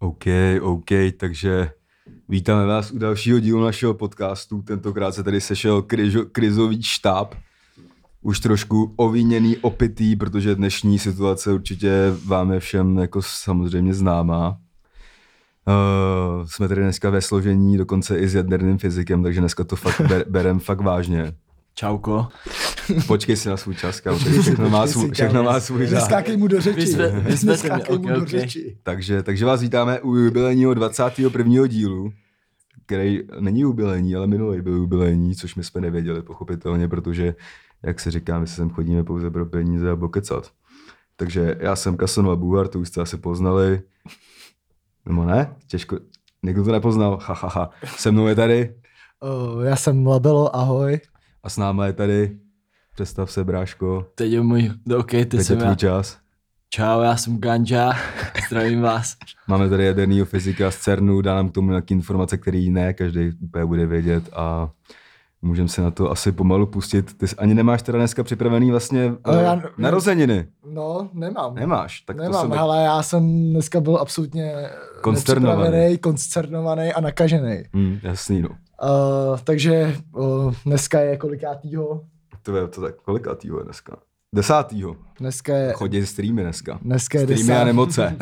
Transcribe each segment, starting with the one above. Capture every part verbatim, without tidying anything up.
OK, OK, takže vítáme vás u dalšího dílu našeho podcastu. Tentokrát se tady sešel krizo, krizový štáb. Už trošku ovíněný, opitý, protože dnešní situace určitě vám je všem jako samozřejmě známá. Uh, jsme tady dneska ve složení dokonce i s jaderným fyzikem, takže dneska to fakt ber, berem fakt vážně. Čauko. Počkej si na svůj čas, kámo, všechno má svůj, všechno má svůj řád. Neskákej mu do řeči. Neskákej mu do řeči. Takže, takže vás vítáme u jubilejního dvacátého prvního dílu, který není jubilejní, ale minulý byl jubilejní, což my jsme nevěděli pochopitelně, protože, jak se říká, my se sem chodíme pouze pro peníze a bokecat. Takže já jsem Casanova Búhar, to už jste asi poznali. Nebo ne? Těžko. Někdo to nepoznal? Ha, ha, ha. Se mnou je tady. Oh, já jsem Labelo, ahoj. A s náma je tady. Představ se, bráško. Teď je můj, OK, ty Teď jsem je tvůj já. čas. Čau, já jsem Ganja, zdravím vás. Máme tady jadernýho fyzika z CERNu, dá nám k tomu nějaké informace, které ne každý úplně bude vědět a můžeme se na to asi pomalu pustit. Ty ani nemáš teda dneska připravený vlastně Ale já, narozeniny. No, nemám. Nemáš. Tak nemám, to jsem... ale já jsem dneska byl absolutně konsternovaný, konsternovaný a nakažený. Hmm, jasný, no. Uh, takže uh, dneska je kolikátýho? To je to tak, kolikátýho je dneska? Desátýho. Dneska je... Chodí streamy dneska. Dneska je streamy desát... a nemoce.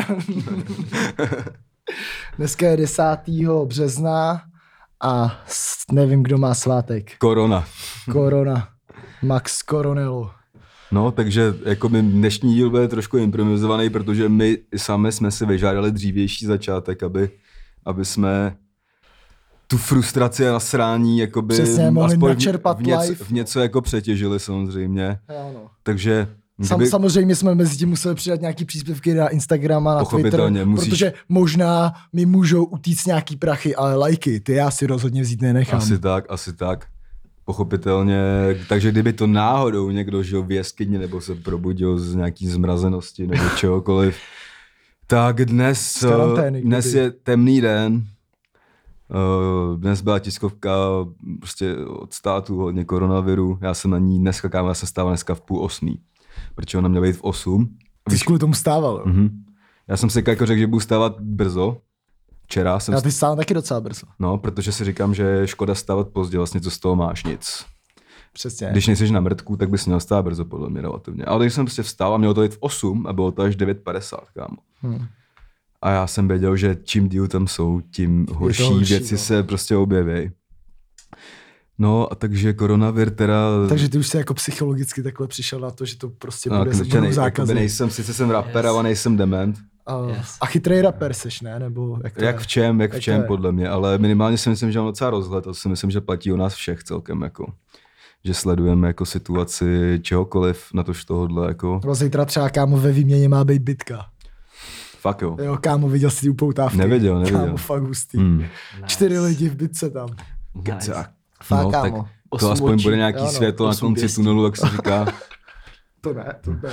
Dneska je desátého března a nevím, kdo má svátek. Korona. Korona. Max Coronello. No, takže jako by dnešní díl bude trošku improvizovaný, protože my sami jsme si vyžádali dřívější začátek, aby, aby jsme tu frustraci a nasrání jakoby přesně, mohli aspoň načerpat v, něco, live. v něco jako přetěžili samozřejmě. Jo, no. Takže Sam, kdyby... samozřejmě jsme mezi tím museli přidat nějaký příspěvky na Instagram a na Twitter, musíš... protože možná mi můžou utíct nějaký prachy, ale lajky, ty já si rozhodně vzít nenechám. Asi tak, asi tak. Pochopitelně, takže kdyby to náhodou někdo žil v jeskyni nebo se probudil z nějaký zmrazenosti nebo čehokoliv, tak dnes, karantény, dnes je temný den. Dnes byla tiskovka prostě od státu hodně koronaviru. Já jsem na ní dneska, kámo, já jsem stával dneska v půl osmí, protože ona měla být v osm. Ty jsi kvůli tomu stával? Mm-hmm. Já jsem si jako řekl, že budu stávat brzo. Včera jsem... Já ty stával taky docela brzo. No, protože si říkám, že je škoda stávat pozdě, vlastně co z toho máš, nic. Přesně. Když nejseš na mrtku, tak bys měl stát brzo, podle mě relativně. Ale když jsem prostě vstál a mělo to jít v osm a bylo to až devět padesát, kámo. Hmm. A já jsem věděl, že čím díl tam jsou, tím horší, horší věci no. se prostě objeví. No a takže koronavir teda... Takže ty už se jako psychologicky takhle přišel na to, že to prostě no, bude s nej, zákazy. Nejsem, sice jsem rapper, yes. ale nejsem dement. Uh, yes. A chytrý rapper seš, ne? Nebo jak, to jak v čem, jak, jak v čem podle mě, ale minimálně si myslím, že mám docela rozhled, to si myslím, že platí o nás všech celkem, jako. Že sledujeme jako situaci čehokoliv, na tož tohodle, jako. No zítra třeba, kámo, ve výměně má být bitka. Fakt jo. Jo, kámo, viděl jsi ty upoutávky. Neviděl, neviděl. Kámo, fakt hustý. Hmm. Nice. Čtyři lidi v bitce tam. Nice. Fakt, no, kámo. Tak to aspoň bude nějaký jo, no, světlo na konci pěstí. tunelu, jak se říká. To ne, to ne.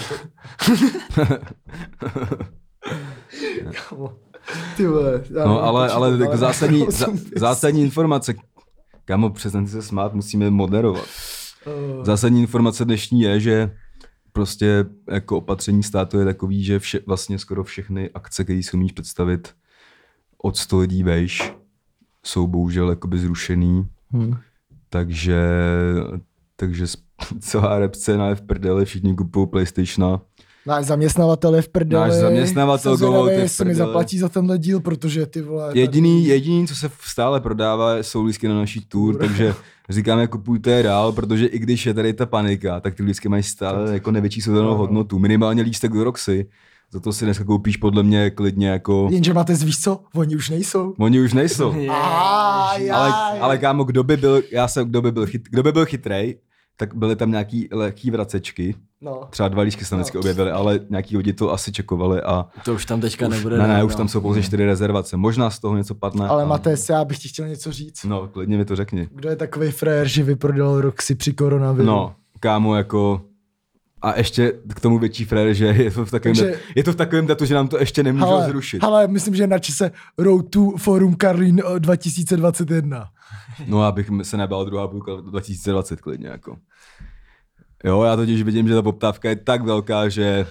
Kámo. Ty vole. No ale, ale, ale jako zásadní, zá, zásadní informace. Kámo, přestaňte se smát, musíme moderovat. Uh. Zásadní informace dnešní je, že prostě jako opatření státu je takový, že vše, vlastně skoro všechny akce, které si umíš představit od sto lidí vejš, jsou bohužel jakoby zrušený. Hmm. Takže, takže celá rap scéna je v prdeli, všichni kupují PlayStationa. Náš zaměstnavatel je v prdeli. Náš zaměstnavatel Gold je v prdeli. mi zaplatí za tenhle díl, protože ty vole... Jediný, tady... jediný, co se stále prodává, jsou lístky na naší tour, Ure. takže říkáme, kupujte je dál, protože i když je tady ta panika, tak ty lístky mají stále jako nevyčíslitelnou no. hodnotu. Minimálně lístek do Roxy. Za to si dneska koupíš podle mě klidně jako... Jenže máte víš co? Oni už nejsou. Oni už nejsou. yeah. ale, ale kámo, kdo by byl, já jsem, kdo by byl, chyt, kdo by byl chytrej, tak byly tam nějaký lehký vracečky. No. Třeba dva lístky se tam vždycky no. objevily, ale nějaký lidi to asi čekovali a... To už tam teďka už, nebude. Ne, ne, už tam jsou pouze čtyři rezervace. Možná z toho něco padne. Ale a... Matej, já bych ti chtěl něco říct. No, klidně mi to řekni. Kdo je takovej frér, že vyprodal Roxy při koronaviru? No, kámo, jako... A ještě k tomu větší frér, že je to v takovém, Takže, dat, je to v takovém datu, že nám to ještě nemůžou hele, zrušit. Ale myslím, že na čase Road to Forum Karlín dva tisíce dvacet jedna. No, abych se nebál druhá půlka dva tisíce dvacet klidně, jako. Jo, já totiž vidím, že ta poptávka je tak velká, že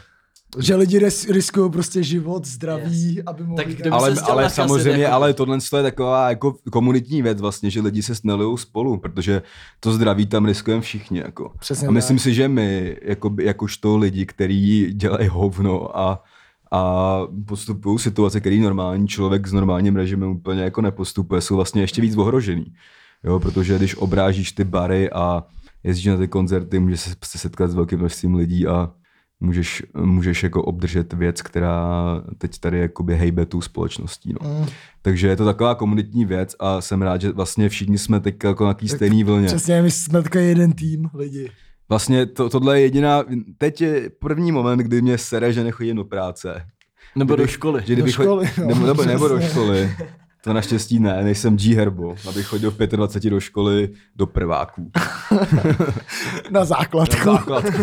Že lidi ris- riskují prostě život, zdraví, yes. aby mohli... Tak ale se ale samozřejmě, jako... ale tohle je taková jako komunitní věc vlastně, že lidi se snelujou spolu, protože to zdraví tam riskujeme všichni. Jako. Přesně a myslím tak. si, že my, jako, jakožto lidi, kteří dělají hovno a, a postupují situace, který normální člověk s normálním režimem úplně jako nepostupuje, jsou vlastně ještě víc ohrožený. Jo, protože když obrážíš ty bary a jezdíš na ty koncerty, můžeš se setkat s velkým množstvím lidí a můžeš, můžeš jako obdržet věc, která teď tady jakoby hejbe tu společností. No. Mm. Takže je to taková komunitní věc a jsem rád, že vlastně všichni jsme teď jako na taký stejný vlně. Přesně, my jsme takový jeden tým lidi. Vlastně to, tohle je jediná, teď je první moment, kdy mě sere, že nechodím do práce. Nebo kdyby, do školy. Že do školy, chod, no, nebo, nebo, nebo do školy. To naštěstí ne, nejsem G Herbo, abych chodil v dvacet pět do školy do prváků. Na základku. Na základku.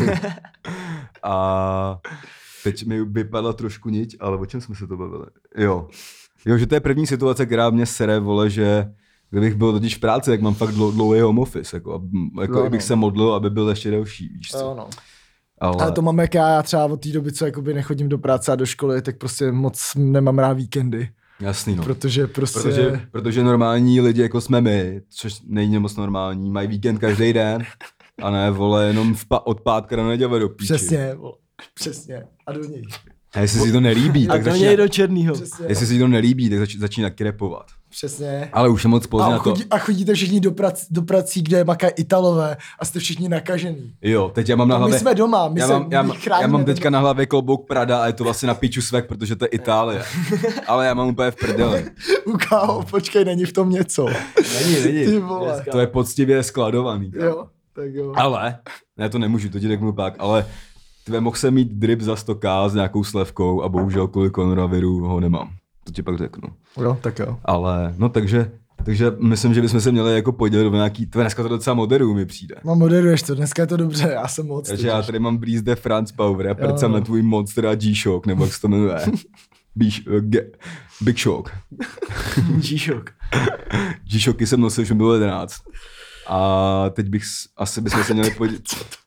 A teď mi vypadla trošku niť, ale o čem jsme se to bavili? Jo. Jo, že to je první situace, která mě sere, vole, že kdybych byl totiž v práci, tak mám fakt dlouhý home office, jako, jako no, no. bych se modlil, aby byl ještě delší, víš co? No, no. Ale... ale to mám jak já, já třeba od té doby, co jakoby nechodím do práce a do školy, tak prostě moc nemám rád víkendy. Jasný, no. Protože prostě... Protože, protože normální lidi, jako jsme my, což není moc normální, mají víkend každý den a ne, vole, jenom v pa- od pátka do neděle do píči. Přesně, vole. Přesně. A do něj. A jestli si to nelíbí, a tak do začíná... něj do černýho. Přesně, Jestli si to nelíbí, tak zač- začíná krepovat. Přesně. Ale už je moc pozdě na to. Chodí, a chodíte všichni do, prac, do prací, kde makají Italové a jste všichni nakažený. Jo, teď já mám na no, hlavě... my jsme doma, my já se mám, já, my já mám teďka na hlavě klobouk Prada a je to vlastně na piču svek, protože to je Itálie. Ale já mám úplně v prdeli. Ukáho, počkej, není v tom něco. Není, není. Ty vole. To je poctivě skladovaný. Jo, tak jo. Ale, ne, to nemůžu, to ti řeknu pak, ale tvé mohl jsem mít drip za sto ká s nějakou slevkou a bohužel kvůli koronaviru ho nemám. To ti pak řeknu. Jo, tak jo. Ale, no takže, takže myslím, že bychom se měli jako podělit o nějaký, tvé dneska to docela moderu mi přijde. No moderuješ to, dneska je to dobře, já jsem moc. Takže já tady mám Breeze the France Power a prcám na tvůj monster a G-Shock, nebo jak se to jmenuje. Big, uh, ge, Big Shock. G-Shock. G-Shocky jsem nosil, že bylo jedenáct. A teď bych, asi bychom se měli podívat.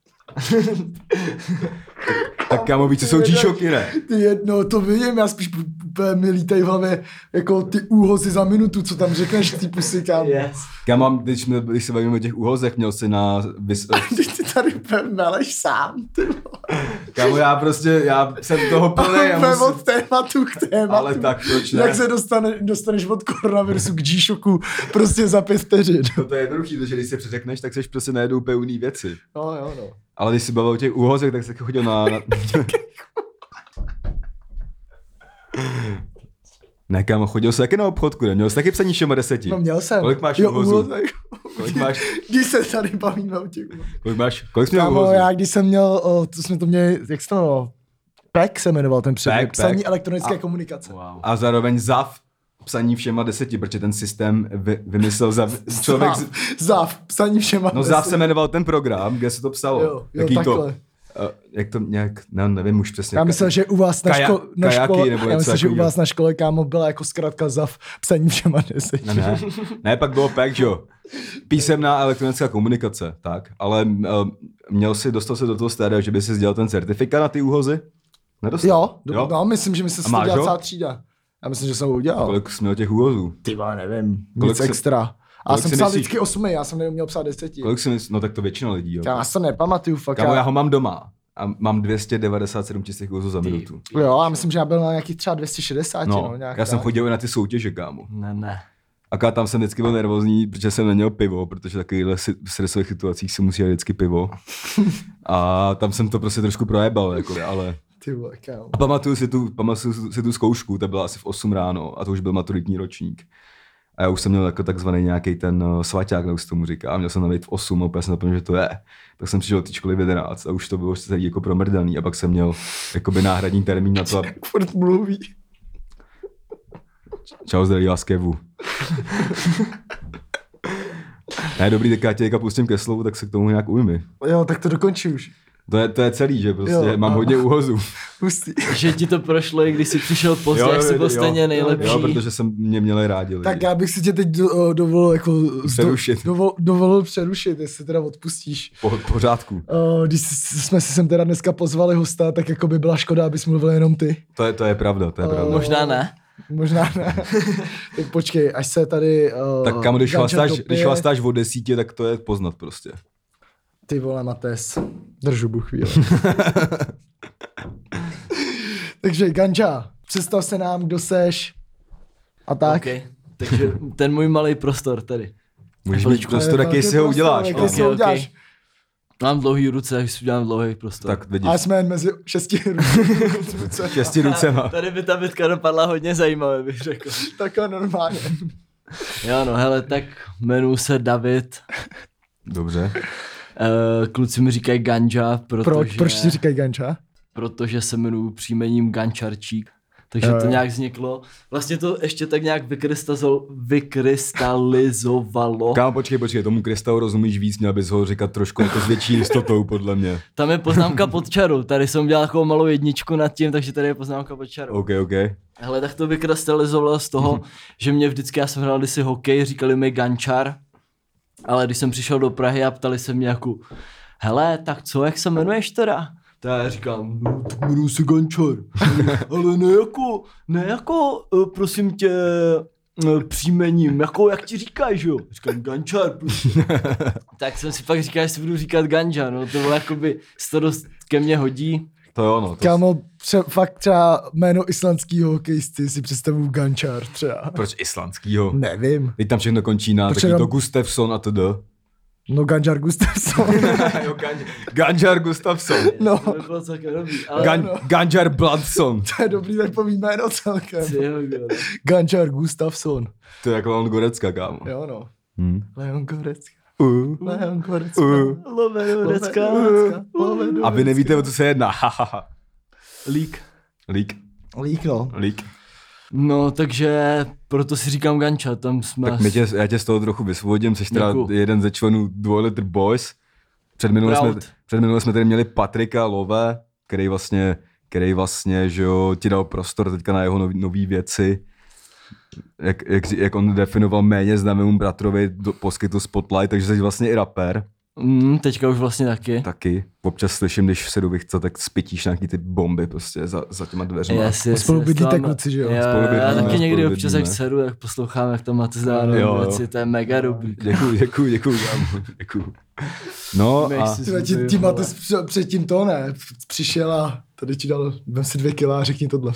Tak kámo, víš, co jsou G-Shocky, ne? Ty jedno, to vidím, já spíš mi lítají v hlavě jako ty úhozy za minutu, co tam řekneš, ty pusy, kámo. Yes. Kámo, když, když se bavíme o těch úhozech, měl jsi na... Vys... Ty tady meleš sám, ty vole. Kámo, já prostě, já jsem toho plnej. Já musím... od tématu k tématu. Ale tak proč ne? Jak se dostane, dostaneš od koronavirusu k G-Shocku prostě za pět vteřin. No to je jednoduchý, protože když se přeřekneš, tak seš prostě najednou pevný věci. No jo, no. Ale když jsi bavil o těch úhozech, tak jsi chodil na... na... Ne, kámo, chodil jsi taky na obchodku, ne? Měl jsi taky psaní šedesát. No měl jsem. Kolik máš jo, úhozů? Kolik máš? Když se tady bavíme o těch. Kolik máš? Kolik jsi měl Kámo, úhozů? já když jsem měl, o, to jsme to měli, jak se to jmenovalo? P E C se jmenoval ten předmět. Pack, Psaní pack. elektronické A- komunikace. Wow. A zároveň Z A V psaní všema deseti, protože ten systém vy, vymyslel za člověk... Záv, záv, psaní všema. No Z A V se jmenoval ten program, kde se to psalo. Jo, jo, Jaký takhle. to, uh, jak to nějak, ne, nevím už přesně. Já myslel, že u vás na, Kaja- ško- na kajaky škole, nebo já něco myslím, že u takovýho. vás na škole, kámo, byla jako zkrátka zav psaní všema deseti. Ne, ne, ne, pak bylo P E C, že jo. Písemná elektronická komunikace, tak, ale uh, měl si, dostal se do toho stádia, že by si dělal ten certifikát na ty úhozy? Nedostal? Jo, jo? No, myslím, že mi se A to máš dělá ho? celá třída. Já myslím, že jsem ho udělal. Kolik jsi měl těch úhozů? Ty vole, nevím, Kolik nic jsi- extra. A já kolik jsem si psal myslíš? vždycky osmi, já jsem neuměl psát deseti. Kolik si myslíš? No tak to většina lidí, jo. Já se nepamatuju, fakt. Kámo, já Já... ho mám doma a mám dvě stě devadesát sedm tisíc úhozů za minutu. Jo, já myslím, že já byl na nějakých třeba dvě stě šedesát, no, No, nějak já jsem tak. chodil i na ty soutěže, kámo. Ne, ne. Aká tam jsem vždycky byl nervózní, protože jsem neměl pivo, protože v takovýchhle si- v stresových situacích si musí dát vždycky pivo. A tam jsem to prostě trošku projebal, jako, ale... Ty vole, kámo. A pamatuju si tu, pamatuju si tu zkoušku, ta byla asi v osm ráno a to už byl maturitní ročník. A já už jsem měl jako takzvaný nějaký ten uh, svaťák, jak se tomu říká, a měl jsem tam být v osm a úplně jsem zapomněl, že to je. Tak jsem přišel do té školy v jedenáct a už to bylo celý jako promrdaný a pak jsem měl jakoby náhradní termín na to a... Furt mluví. Čau, zdraví vás Kevu. Ne, dobrý, tak já tě teďka pustím ke slovu, tak se k tomu nějak ujmi. Jo, tak to dokončí už. To je, to je celý, že prostě Jo, mám a- hodně úhozů. Hustý. Že ti to prošlo, i když jsi přišel pozdě, jak jsi byl stejně nejlepší. Jo, protože jsem mě měli rádi lidi. Tak já bych si tě teď do, dovolil jako... Přerušit. Do, dovol, dovolil přerušit, jestli teda odpustíš. Po, pořádku. Uh, když jsme si sem teda dneska pozvali hosta, tak jako by byla škoda, abys mluvil jenom ty. To je, to je pravda, to je Uh, pravda. Možná ne. Možná ne. Tak počkej, až se tady... Uh, Tak kam, když Ganja chlastáš, dopije. když chlastáš o desítě, tak to je poznat prostě. Ty vole, Mates. Držu bu chvíli. Takže Ganja, představ se nám, kdo seš a tak. Okay. Takže ten můj malý prostor tady. Můžeš Chviličku. mít prostor, jaký si ho uděláš. Jaký no. si ho Ok, ok. uděláš. Mám dlouhý ruce, takže si udělám dlouhý prostor. Tak vidíš, A jsme jen mezi šesti ruce. šesti rucema. Tady by ta bitka dopadla hodně zajímavě, bych řekl. Takhle normálně. Jo no, hele, tak jmenuji se David. Dobře. Uh, kluci mi říkají Ganja, protože... Proč, proč ti říkají Ganja? Protože se jmenuji příjmením Gančarčík. Takže Jo, to jo. nějak vzniklo. Vlastně to ještě tak nějak vykrystalizo- vykrystalizovalo. Kámo, počkej, počkej, tomu Kristalu rozumíš víc, měl bys ho říkat trošku jako s větší jistotou, podle mě. Tam je poznámka pod čarou. Tady jsem udělal takovou malou jedničku nad tím, takže tady je poznámka pod čarou. OK, OK. Hele, tak to vykrystalizovalo z toho, že mě vždycky, já jsem hrál kdysi hokej, říkali mi Gančar, ale když jsem přišel do Prahy a ptali se mě jako, hele, tak co, jak se jmenuješ teda? Tak já říkám, no, tak jmenuji se Gančar, ale ne jako, ne jako, uh, prosím tě, uh, příjmením, jako, jak ti říkáš, jo? Říkám, Gančar, prostě. Tak jsem si pak říkal, že si budu říkat Ganja, no, to bylo jakoby, se to dost ke mně hodí. To jo, no. To Kámo, tře- fakt třeba jméno islandskýho hokejisty si představuju Gančar třeba. Proč islandskýho? Nevím. Teď tam všechno končí na Protože taky tam- to Gustafsson a td. No Ganjar Gustafsson. Jo, Gan- Ganjar Gustafsson. No, To by bylo celkem dobrý, ale... Gan- Ganjar Bloodson. to je dobrý takový jméno celkem. Ty jo, kdo. Ganjar Gustafsson. To je jako Leon Gorecka, kámo. Jo no. Hm. Leon Gorecka. Uh. Leon Gorecka. Uh. Lovenu, Recka. Lovenu, A vy nevíte, o co se jedná. Hahaha. Lík. Lík. Lík no. Lík. No, takže proto si říkám Ganča, tam jsme... Tak my tě, já tě z toho trochu vysvobodím, jsi teda Děkuju. jeden ze členů Two Liter Boys. Před minule, jsme, Proud. před minule jsme tady měli Patrika Love, který vlastně, který vlastně, že jo, ti dal prostor teďka na jeho nový, nový věci. Jak, jak, jak on definoval méně známému bratrovi, do, poskytl spotlight, takže jsi vlastně i rapper. Mm, teďka už vlastně taky. Taky. Občas slyším, když se jdu vychce, tak spytíš nějaký ty bomby prostě za, za těma dveřma. Yes, yes, Spolu yes, bydlíte, to máme- kluci, že jo? Jo, Spolu bydlíme, já taky spolu někdy občas jak bydlíme. sedu, jak poslouchám, jak tam máte zdáno Jo, jo. věci, to je mega dobrý. Děkuju, děkuju, děkuju, kámo, děkuju. No Mech a si- Tyhle, ti, ti máte předtím to ne, přišel a tady ti dal, vem si dvě kila a řekni tohle.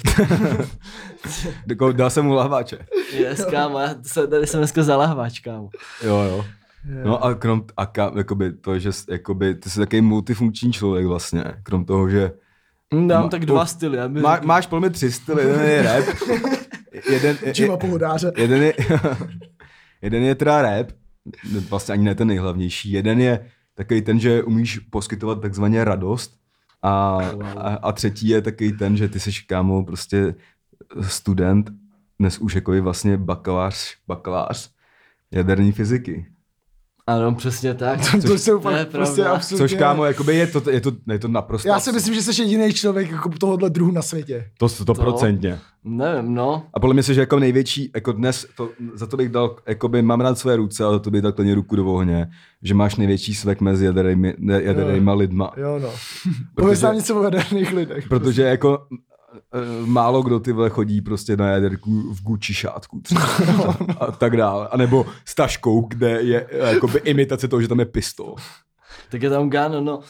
jako, dal jsem mu lahváče. Yes, kámo, já se, tady jsem dneska zalahváč, kámo. Jo, jo. No a krom, a ka, jakoby to, že jsi- jakoby, ty jsi takový multifunkční člověk vlastně, krom toho, že Hm, Dám Ma- tak po- dva styly. Já bych má, řekl- máš podle mě tři styly, jeden je rap, jeden, je, Čima pohodáře. jeden, je, jeden je teda rap, vlastně ani ne ten nejhlavnější, jeden je takový ten, že umíš poskytovat takzvaně radost a, a, a třetí je takový ten, že ty jsi, kámo, prostě student, dnes už jako je vlastně bakalář, bakalář jaderní fyziky. Ano, přesně tak. To jsou to je fakt prostě pravda. absolutně... Což, kámo, jakoby je to, je to, je to naprosto... Já si myslím, že jsi jediný člověk jako tohohle druhu na světě. To stoprocentně. Nevím, no. A podle mě jsi, že jako největší, jako dnes, to, za to bych dal, jakoby mám rád své ruce, ale to bych dal klidně ruku do ohně, že máš největší svek mezi jadernými, ne, jadernýma lidma. Jo no. Pověz nám něco o jaderných lidech. Protože jako e, málo kdo ty vole chodí prostě na jaderku v Gucci šátku třeba, a tak dále. A nebo s taškou, kde je e, jakoby imitace toho, že tam je pistol. Tak je tam gun, no.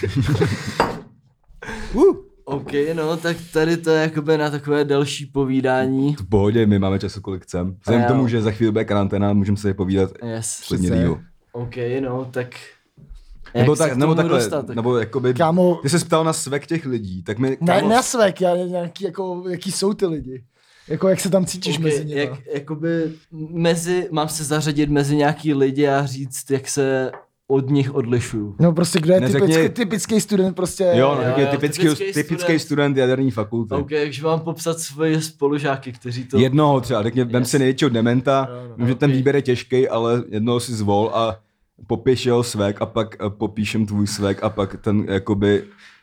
Uh. OK, no, tak tady to je jakoby na takové delší povídání. V pohodě, my máme času, kolik chcem. Vzhledem A k tomu, jo. že za chvíli bude karanténa, můžeme se povídat Yes. klidně Přesně. díl. OK, no, tak... Nebo, jak se tak, k nebo tomu takhle, dostat, tak- nebo jakoby, Kámo, ty se ptal na svek těch lidí, tak mi, ne, kámo, ne svek, já nějaký jako, jaký jsou ty lidi. Jako jak se tam cítíš OK, mezi nimi. jak, jakoby mezi, mám se zařadit mezi nějaký lidi a říct, jak se od nich odlišuju. No prostě kdo je Neřekni- typický, typický student prostě. jo, no, jo, takový jo, typický, typický typický student. student jaderní fakulty. OK, takže mám popsat svoje spolužáky, kteří to... Jednoho třeba, řekně, vem Yes. si největšího dementa, Jo, no. vím, že ten Ok. výběr je těžký, ale jednoho si zvol a popiš jeho svek a pak eh, popíšem tvůj svek a pak ten jakoby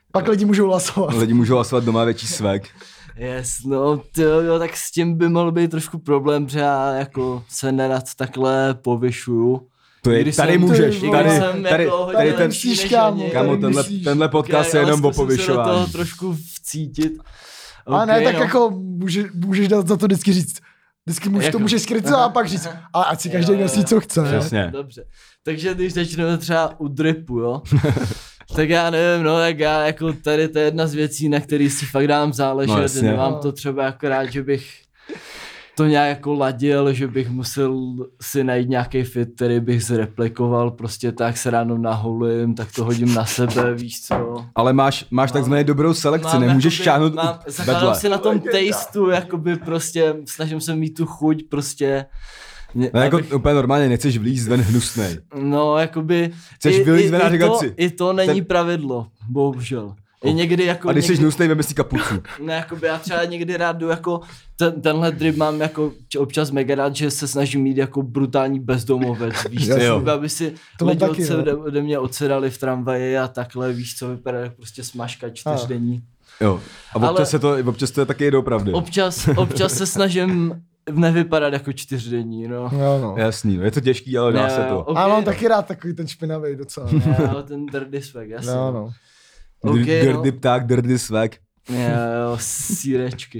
Pak lidi můžou hlasovat. Lidi můžou hlasovat, doma větší svek. Yes, no, tyjo, jo, tak s tím by mohl být trošku problém, protože já jako se nerad takhle povyšuju. To je, Když tady jsem- můžeš, Ty tady, vole, jsem tady, jako tady, hodně tady ten, lepší než kámo, oni. kámo, tady tenhle, myslíš. tenhle podcast je Já jenom o zkusím se do toho povyšování. trošku vcítit. A Ok, ne, tak no. jako může, můžeš dát za to vždycky říct, vždycky můžeš Jako- to můžeš skrycovat a pak říct, a ať si každý Jo, jo, myslí, co chce. Přesně. Dobře. Takže když začneme třeba u dripu, jo, tak já nevím, no, tak já jako tady to je jedna z věcí, na který si fakt dám záležet, No, no, jasně. nemám to třeba jako rád, že bych to nějak jako ladil, že bych musel si najít nějaký fit, který bych zreplikoval, prostě tak se ráno naholím, tak to hodím na sebe, víš co. Ale máš, máš takzvaně dobrou selekci, Mám nemůžeš jakoby- šáhnout mám, zakládám vedle. si na tom tastu, jakoby prostě, snažím se mít tu chuť, prostě. Mě, No, jako abych- úplně normálně, nechceš vlízt ven hnusnej. No, jakoby... Chceš vylízt ven a i, říkat to, si, I to není ten- pravidlo, bohužel. I někdy jako... A když jsi někdy, hnusnej, vem si kapucu. ne, jakoby já třeba někdy rád jdu jako... Ten, tenhle drip mám jako č- občas mega rád, že se snažím mít jako brutální bezdomovec, víš co, Jo. aby, aby si To mám lidi taky, odse, no. ode, ode mě odsedali v tramvaji a takhle, víš co, vypadá jako prostě smažka čtyřdenní. Jo. A občas, Ale- se to, občas to je taky doopravdy. Občas, občas se snažím nevypadat jako čtyřdenní, no. Jo, no. Jasný, no, je to těžký, ale dá Ne, se to. okay, A mám no. taky rád takový ten špinavý docela. Ne, ale ten dirty swag, jasně. No, no. Ok, Dirty no. pták, dirty swag. Jo, sírečky.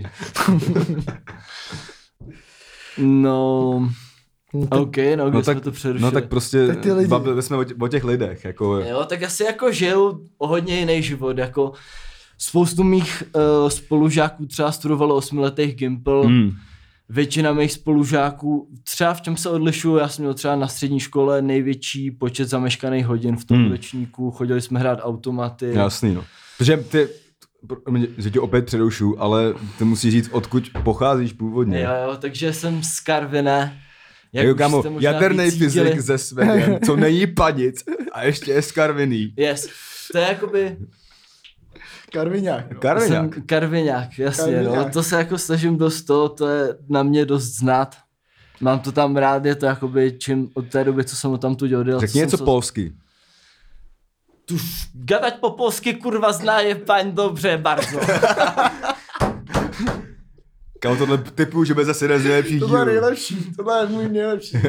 No, ok, no, kde No jsme tak, to přerušili? no tak prostě Tak ty lidi. bavili jsme o, tě, o těch lidech, jako Jo, tak asi jako žiju o hodně jiný život, jako spoustu mých uh, spolužáků třeba studovalo osmiletých Gimpl, mm. většina mých spolužáků, třeba v čem se odlišuju, já jsem měl třeba na střední škole největší počet zameškaných hodin v tom Hmm. ročníku, chodili jsme hrát automaty. Jasný, no. Protože ty, promiň, že tě opět přerušu, ale ty musíš říct, odkud pocházíš původně. Jo, jo, takže jsem z Karviné. Jak Jo, už kámo, jste možná jaderný vycítili. fyzik ze Svedem, co není panic a ještě je skarviný. Yes, to je jakoby... Karviňák. No. Karviňák. Jsem Karviňák, jasně, Karviňák. no. To se jako snažím dost to, to je na mě dost znát. Mám to tam rád, je to jakoby čím od té doby, co jsem ho tam tu odjel. Řekni něco polsky. Tuž, gadať po polsky kurva zná je paň dobře, bardzo. Kámo, tohle typu, že bez zase jeden z nejlepších Tohle je dílů. nejlepší, tohle je můj nejlepší.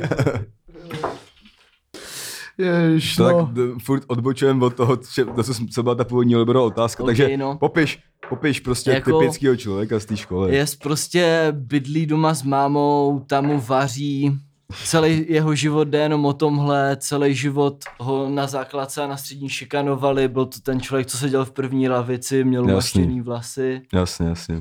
Ježiš, To no. tak d- furt odbočujeme od toho, že, to, co, co byla ta původní liberová otázka. Ok, Takže no. popiš, popiš prostě Jako- typického člověka z té školy. Jest prostě bydlí doma s mámou, tam mu vaří. Celý jeho život jde jenom o tomhle, celý život ho na základce a na střední šikanovali, byl to ten člověk, co seděl v první lavici, měl Jasný. maštěný vlasy. Jasně, jasně.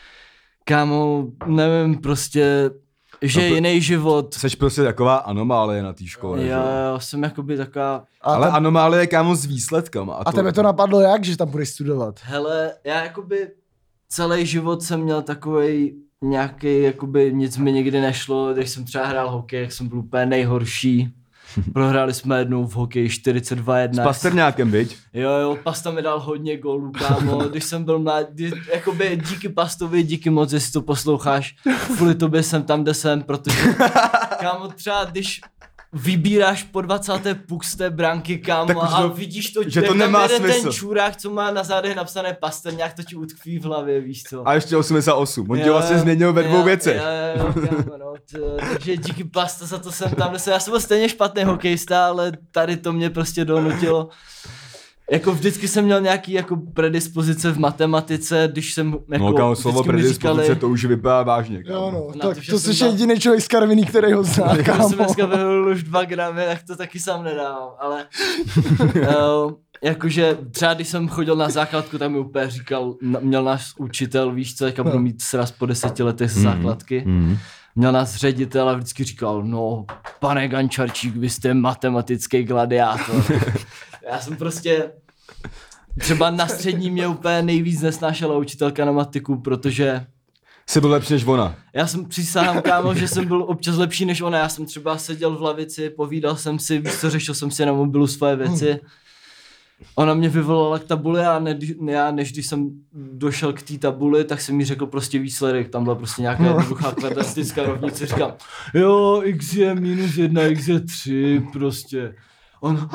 Kámo, nevím, prostě, že No je to- jiný život. Jseš prostě taková anomálie na té škole. Jo, že? jo, jsem jakoby taková, A, Ale te- anomálie, kámo, s výsledkama. a tebe to napadlo jak, že tam budeš studovat? hele, já jakoby celý život jsem měl takovej nějaký, jakoby nic mi nikdy nešlo, když jsem třeba hrál hokej, jak jsem byl úplně nejhorší. Prohráli jsme jednou v hokeji čtyřicet dva jedna. S Pasterňákem, viď? Jo, jo, Pasta mi dal hodně gólů, kámo, když jsem byl mladý, jakoby díky Pastovi, díky moc, jestli to posloucháš, kvůli tobě jsem tam, kde jsem, protože, kámo, třeba když vybíráš po dvacáté puk z té branky, kámo, Tak už a to- vidíš to, že to jak tam nemá jede smysl. ten čurák, co má na zádech napsané Pasterňák, to ti utkví v hlavě, víš co. A ještě osmdesát osm. On tě Jo, vlastně změnil ve dvou jo, věcech. Jo, jo, kámo, no, t- takže díky Pasta za to jsem tam, kde jsem, já jsem byl stejně špatný hokejista, ale tady to mě prostě donutilo. Jako vždycky jsem měl nějaký jako predispozice v matematice, když jsem jako No, kámo, slovo vždycky mi predispozice, říkali, to už vypadá vážně. Jo, no, Na tak to, že to jsem jsi dal- jediný člověk z Karviný, který ho zná, já kámo. jsem dneska vyhodil už dva gramy, tak to taky sám nedávám, ale uh, jakože třeba když jsem chodil na základku, tak mi úplně říkal, na- měl náš učitel, víš co, jaká budu mít sraz po deseti letech z základky. Mm. Měl nás ředitel a vždycky říkal, no, pane Gančarčík, vy jste matematický gladiátor. Já jsem prostě, třeba na střední mě úplně nejvíc nesnášela učitelka na matiku, protože Jsi byl lepší než ona. já jsem přísahám, kámo, že jsem byl občas lepší než ona. Já jsem třeba seděl v lavici, povídal jsem si, víš co, řešil jsem si na mobilu svoje věci. Ona mě vyvolala k tabuli a ne, já, než když jsem došel k té tabuli, tak jsem mi řekl prostě výsledek. Tam byla prostě nějaká jednoduchá kvadratická rovnice. Říkám, jo, x je minus jedna, x je tři, prostě. On,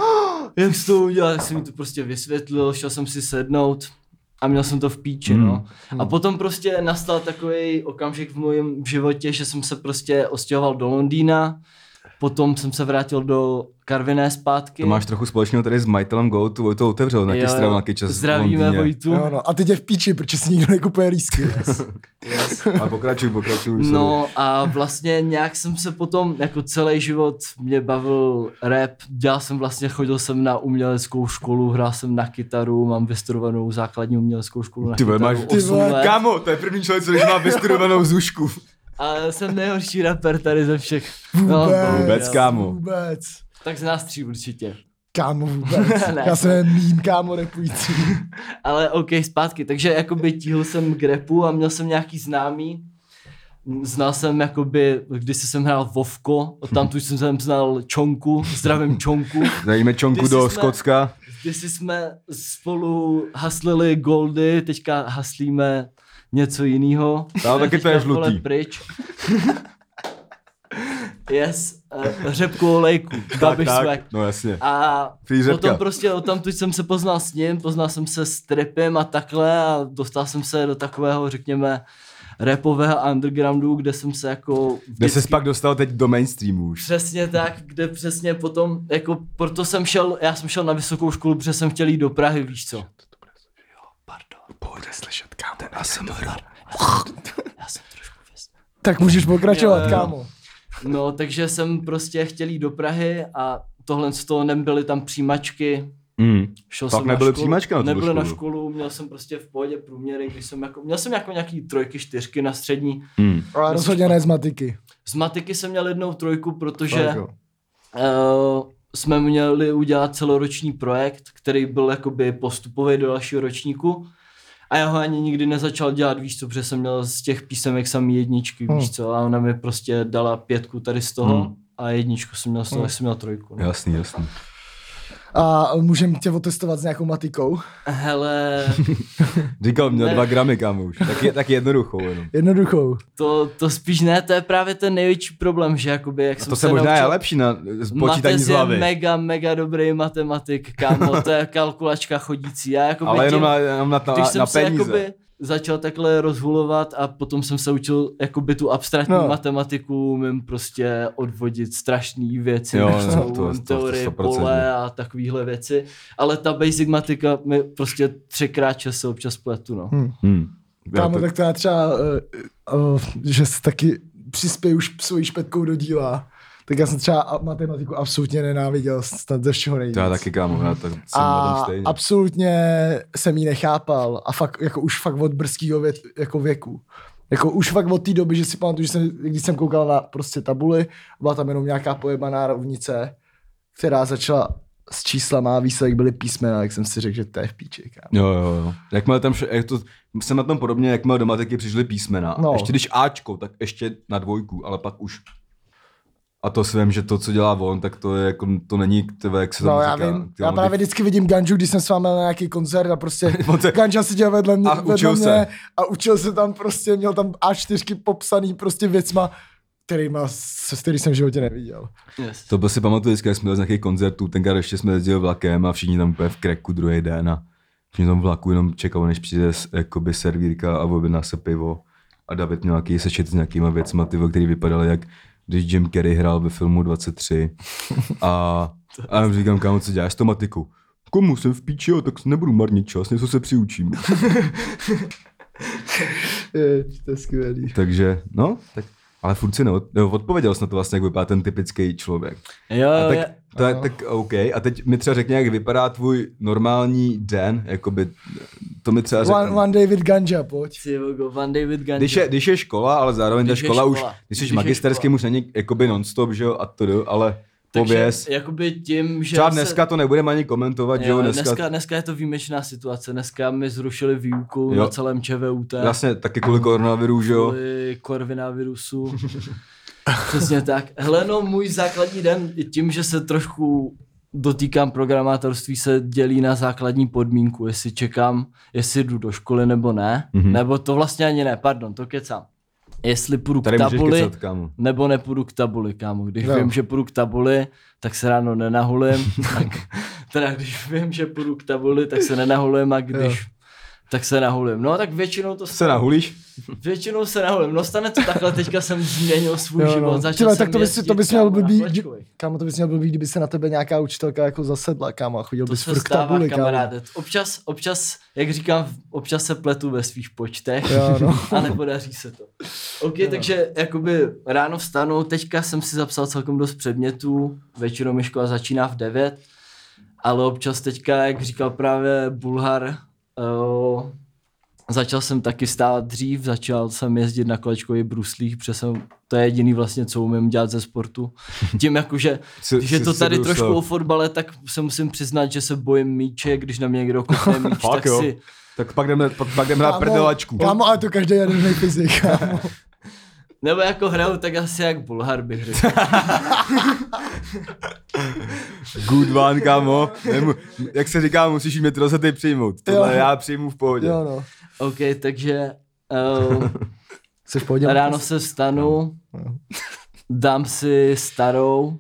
jak jsi to udělal, tak jsem mi to prostě vysvětlil, šel jsem si sednout a měl jsem to v píči, hmm. no. A potom prostě nastal takový okamžik v mém životě, že jsem se prostě ostěhoval do Londýna, potom jsem se vrátil do Karviné zpátky. To máš trochu společného tady s majitelem Go, tu Vojtu otevřel na těch stran nějaký čas. Zdravíme Vojtu. Jo, no. A teď je v píči, protože si nikdo nekupuje lístky. Yes. Yes. A pokračuj, pokračuj. No a vlastně nějak jsem se potom, jako celý život mě bavil rap, dělal jsem vlastně, chodil jsem na uměleckou školu, hrál jsem na kytaru, mám vystudovanou základní uměleckou školu na ty kytaru, máš, osm let. Kámo, to je první člověk, co má vystudovanou zušku. A jsem nejhorší rapper tady ze všech. Vůbec, no, vůbec, kámo. Vůbec. Tak z nás tří určitě. Kámo, vůbec. Já jsem mým kámo rapující. Ale OK, zpátky. Takže jakoby tíhl jsem k rapu a měl jsem nějaký známý. Znal jsem jakoby, když jsem hrál Vovko, tam tu jsem znal Čonku, zdravím Čonku. Zdravíme Čonku do Skotska. Když jsme spolu haslili goldy, teďka haslíme něco jiného. Ale taky to je žlutý. Pryč. Yes, uh, řepku olejku, tak, tak, swag. no jasně. A potom prostě o tam jsem se poznal s ním, poznal jsem se s Tripem a takhle a dostal jsem se do takového, řekněme, rapového undergroundu, kde jsem se jako... Vždycky... Kde ses pak dostal teď do mainstreamu už. Přesně tak, kde přesně potom, jako proto jsem šel, já jsem šel na vysokou školu, protože jsem chtěl jít do Prahy, víš co? Pardon. Bude slyšet, kámo. Ten A S M R. Já jsem trošku věc. Tak můžeš pokračovat, jo, jo. kámo. No, takže jsem prostě chtěl jít do Prahy a tohle z toho nebyly tam přijímačky. Mm. Šel Pak jsem nebyly na školu, přijímačky na tu nebyly školu. na školu, měl jsem prostě v pohodě průměry, když jsem jako, měl jsem jako nějaký trojky, čtyřky na střední. Mm. Ale rozhodně ne z matiky. Z matiky jsem měl jednou trojku, protože Tak, uh, jsme měli udělat celoroční projekt, který byl jakoby postupový do dalšího ročníku. A já ho ani nikdy nezačal dělat, víš co, protože jsem měl z těch písemek samý jedničky, hmm. víš co, a ona mi prostě dala pětku tady z toho hmm. a jedničku jsem měl z toho, hmm. jsem měl trojku. No. Jasný, jasný. A můžeme tě otestovat s nějakou matikou? Hele... Říkal, měl ne. dva gramy, kámo už. Tak, je, tak jednoduchou jenom. Jednoduchou. To, to spíš ne, to je právě ten největší problém, že jakoby, jak A jsem to se se možná naučil... je lepší na počítání z hlavy. Matez je mega, mega dobrý matematik, kámo, to je kalkulačka chodící. Já jakoby Ale jenom tím, na, jenom na, když na, jsem na se peníze. jakoby začal takhle rozhulovat a potom jsem se učil jakoby tu abstraktní no. matematiku, umím prostě odvodit strašný věci, jo, no, no, to, to, teorie to, to, to pole a takovýhle věci, ale ta basic matika mi prostě třikrát čas se občas pletu, no. Hmm. Hmm. Kámo, to... tak to já třeba, uh, uh, že si taky přispěju už svojí špetkou do díla, tak já jsem třeba matematiku absolutně nenáviděl snad ze všeho nejvíc. To já taky, kámo, já tak jsem a na tom stejně. absolutně jsem ji nechápal a fakt, jako už fakt od brzkého věk, jako věku. Jako už fakt od té doby, že si pamatuju, že jsem, když jsem koukal na prostě tabuly, byla tam jenom nějaká pojebaná rovnice, která začala s číslama a výsledek byly písmena, jak jsem si řekl, že to je v píči, kámo. Jo, jo, jo. Jakmile tam, jak to, jsem na tom podobně, jakmile do matiky přišly písmena. No. Ještě když Ačko, tak ještě na dvojku, ale pak už. A to si vím, že to, co dělá on, tak to je jako, to není, tebe, jak se No tam já říká. vím, Ty, já on právě ty... vždycky vidím Ganžu, když jsem s vámi na nějaký koncert a prostě se... Ganža seděl vedle mě, a vedle učil mě se. a učil se tam prostě, měl tam á čtyři popsaný prostě věcma, kterýma, s který jsem v životě neviděl. Yes. To byl si pamatuju vždycky, jak jsme byli z nějakých koncertů, tenkrát ještě jsme jezdili vlakem a všichni tam úplně v kreku druhý den a všichni tam v vlaku jenom čekali, než přijde jakoby servírka a objedná se pivo a David měl nějaký sečet s nějakýma věcma, ty, který vypadaly jak když Jim Carrey hrál ve filmu dvacet tři a, a já říkám, kámo, co děláš s tou matikou? Komu jsem v píči, jo, tak nebudu marnit čas, něco se přiučím. Je, to je skvělý. Takže, no, tak, ale furt si neod, ne, odpověděl jsi na to vlastně, jak vypadá ten typický člověk. Jo, A jo, tak, jo. to je, tak OK, a teď mi třeba řekni, jak vypadá tvůj normální den, jakoby, to mi třeba řekni. One, one David Ganja, pojď. Van David Ganja. Když je, když je škola, ale zároveň Když ta je škola, už, škola. když jsi Když je magisterský, škola. už není jakoby non-stop, že jo, a to jdu, ale Takže pověz. jakoby tím, že Třeba se- dneska to nebudeme ani komentovat, že jo, Jo, dneska, dneska, dneska je to výjimečná situace. Dneska mi zrušili výuku Jo. na celém ČVUT. vlastně taky kvůli koronaviru, že jo. Kvůli koronavirusu. Přesně tak. Hele, no, můj základní den je tím, že se trošku dotýkám programátorství, se dělí na základní podmínku, jestli čekám, jestli jdu do školy nebo ne. Mhm. Nebo to vlastně ani ne, pardon, to kecám. jestli půjdu Tady k můžeš tabuli, kecat, kámo. nebo nepůjdu k tabuli, kámo. Když Jo. vím, že půjdu k tabuli, tak se ráno nenahulím. tak, teda když vím, že půjdu k tabuli, tak se nenahulím a když... Jo. Tak se nahulím. No tak většinou to Se nahulíš? Většinou se nahulím. No stane to takhle, teďka jsem změnil svůj Jo, no. život. Začal Tyhle, jsem tak to bys, jezdit, to bys měl kámo, na blbý, flačkovej. kámo, to bys měl blbý, kdyby se na tebe nějaká učitelka jako zasedla, kámo, a chodil To bys se furt k stává, tabuli, kámo. kamaráde. Občas, občas, jak říkám, občas se pletu ve svých počtech Jo, no. a nepodaří se to. OK, jo. Takže jakoby ráno vstanu, teďka jsem si zapsal celkem dost předmětů, většinou mi škola začíná v devět, ale občas teďka, jak říkal právě Bulhar, uh, začal jsem taky stávat dřív, začal jsem jezdit na kolečkových bruslích, protože jsem, to je jediný vlastně, co umím dělat ze sportu. Tím jakože, Co- když je co to jsi tady brusel? trošku o fotbale, tak se musím přiznat, že se bojím míče, když na mě někdo kopne míč, Fakt tak jo? si... Tak pak jdeme, pak, pak jdeme na prdelačku. Kámo, ale to každý jaderný fyzik, kámo. Nebo jako hraju tak asi jak Bulhar bych řekl. Good one, kámo. Nemu, jak se říká, musíš mít rozhodně přijmout. Tohle Jo. já přijmu v pohodě. Jo, no. OK, takže uh, Jsi v pohodě? ráno se vstanu, dám si starou,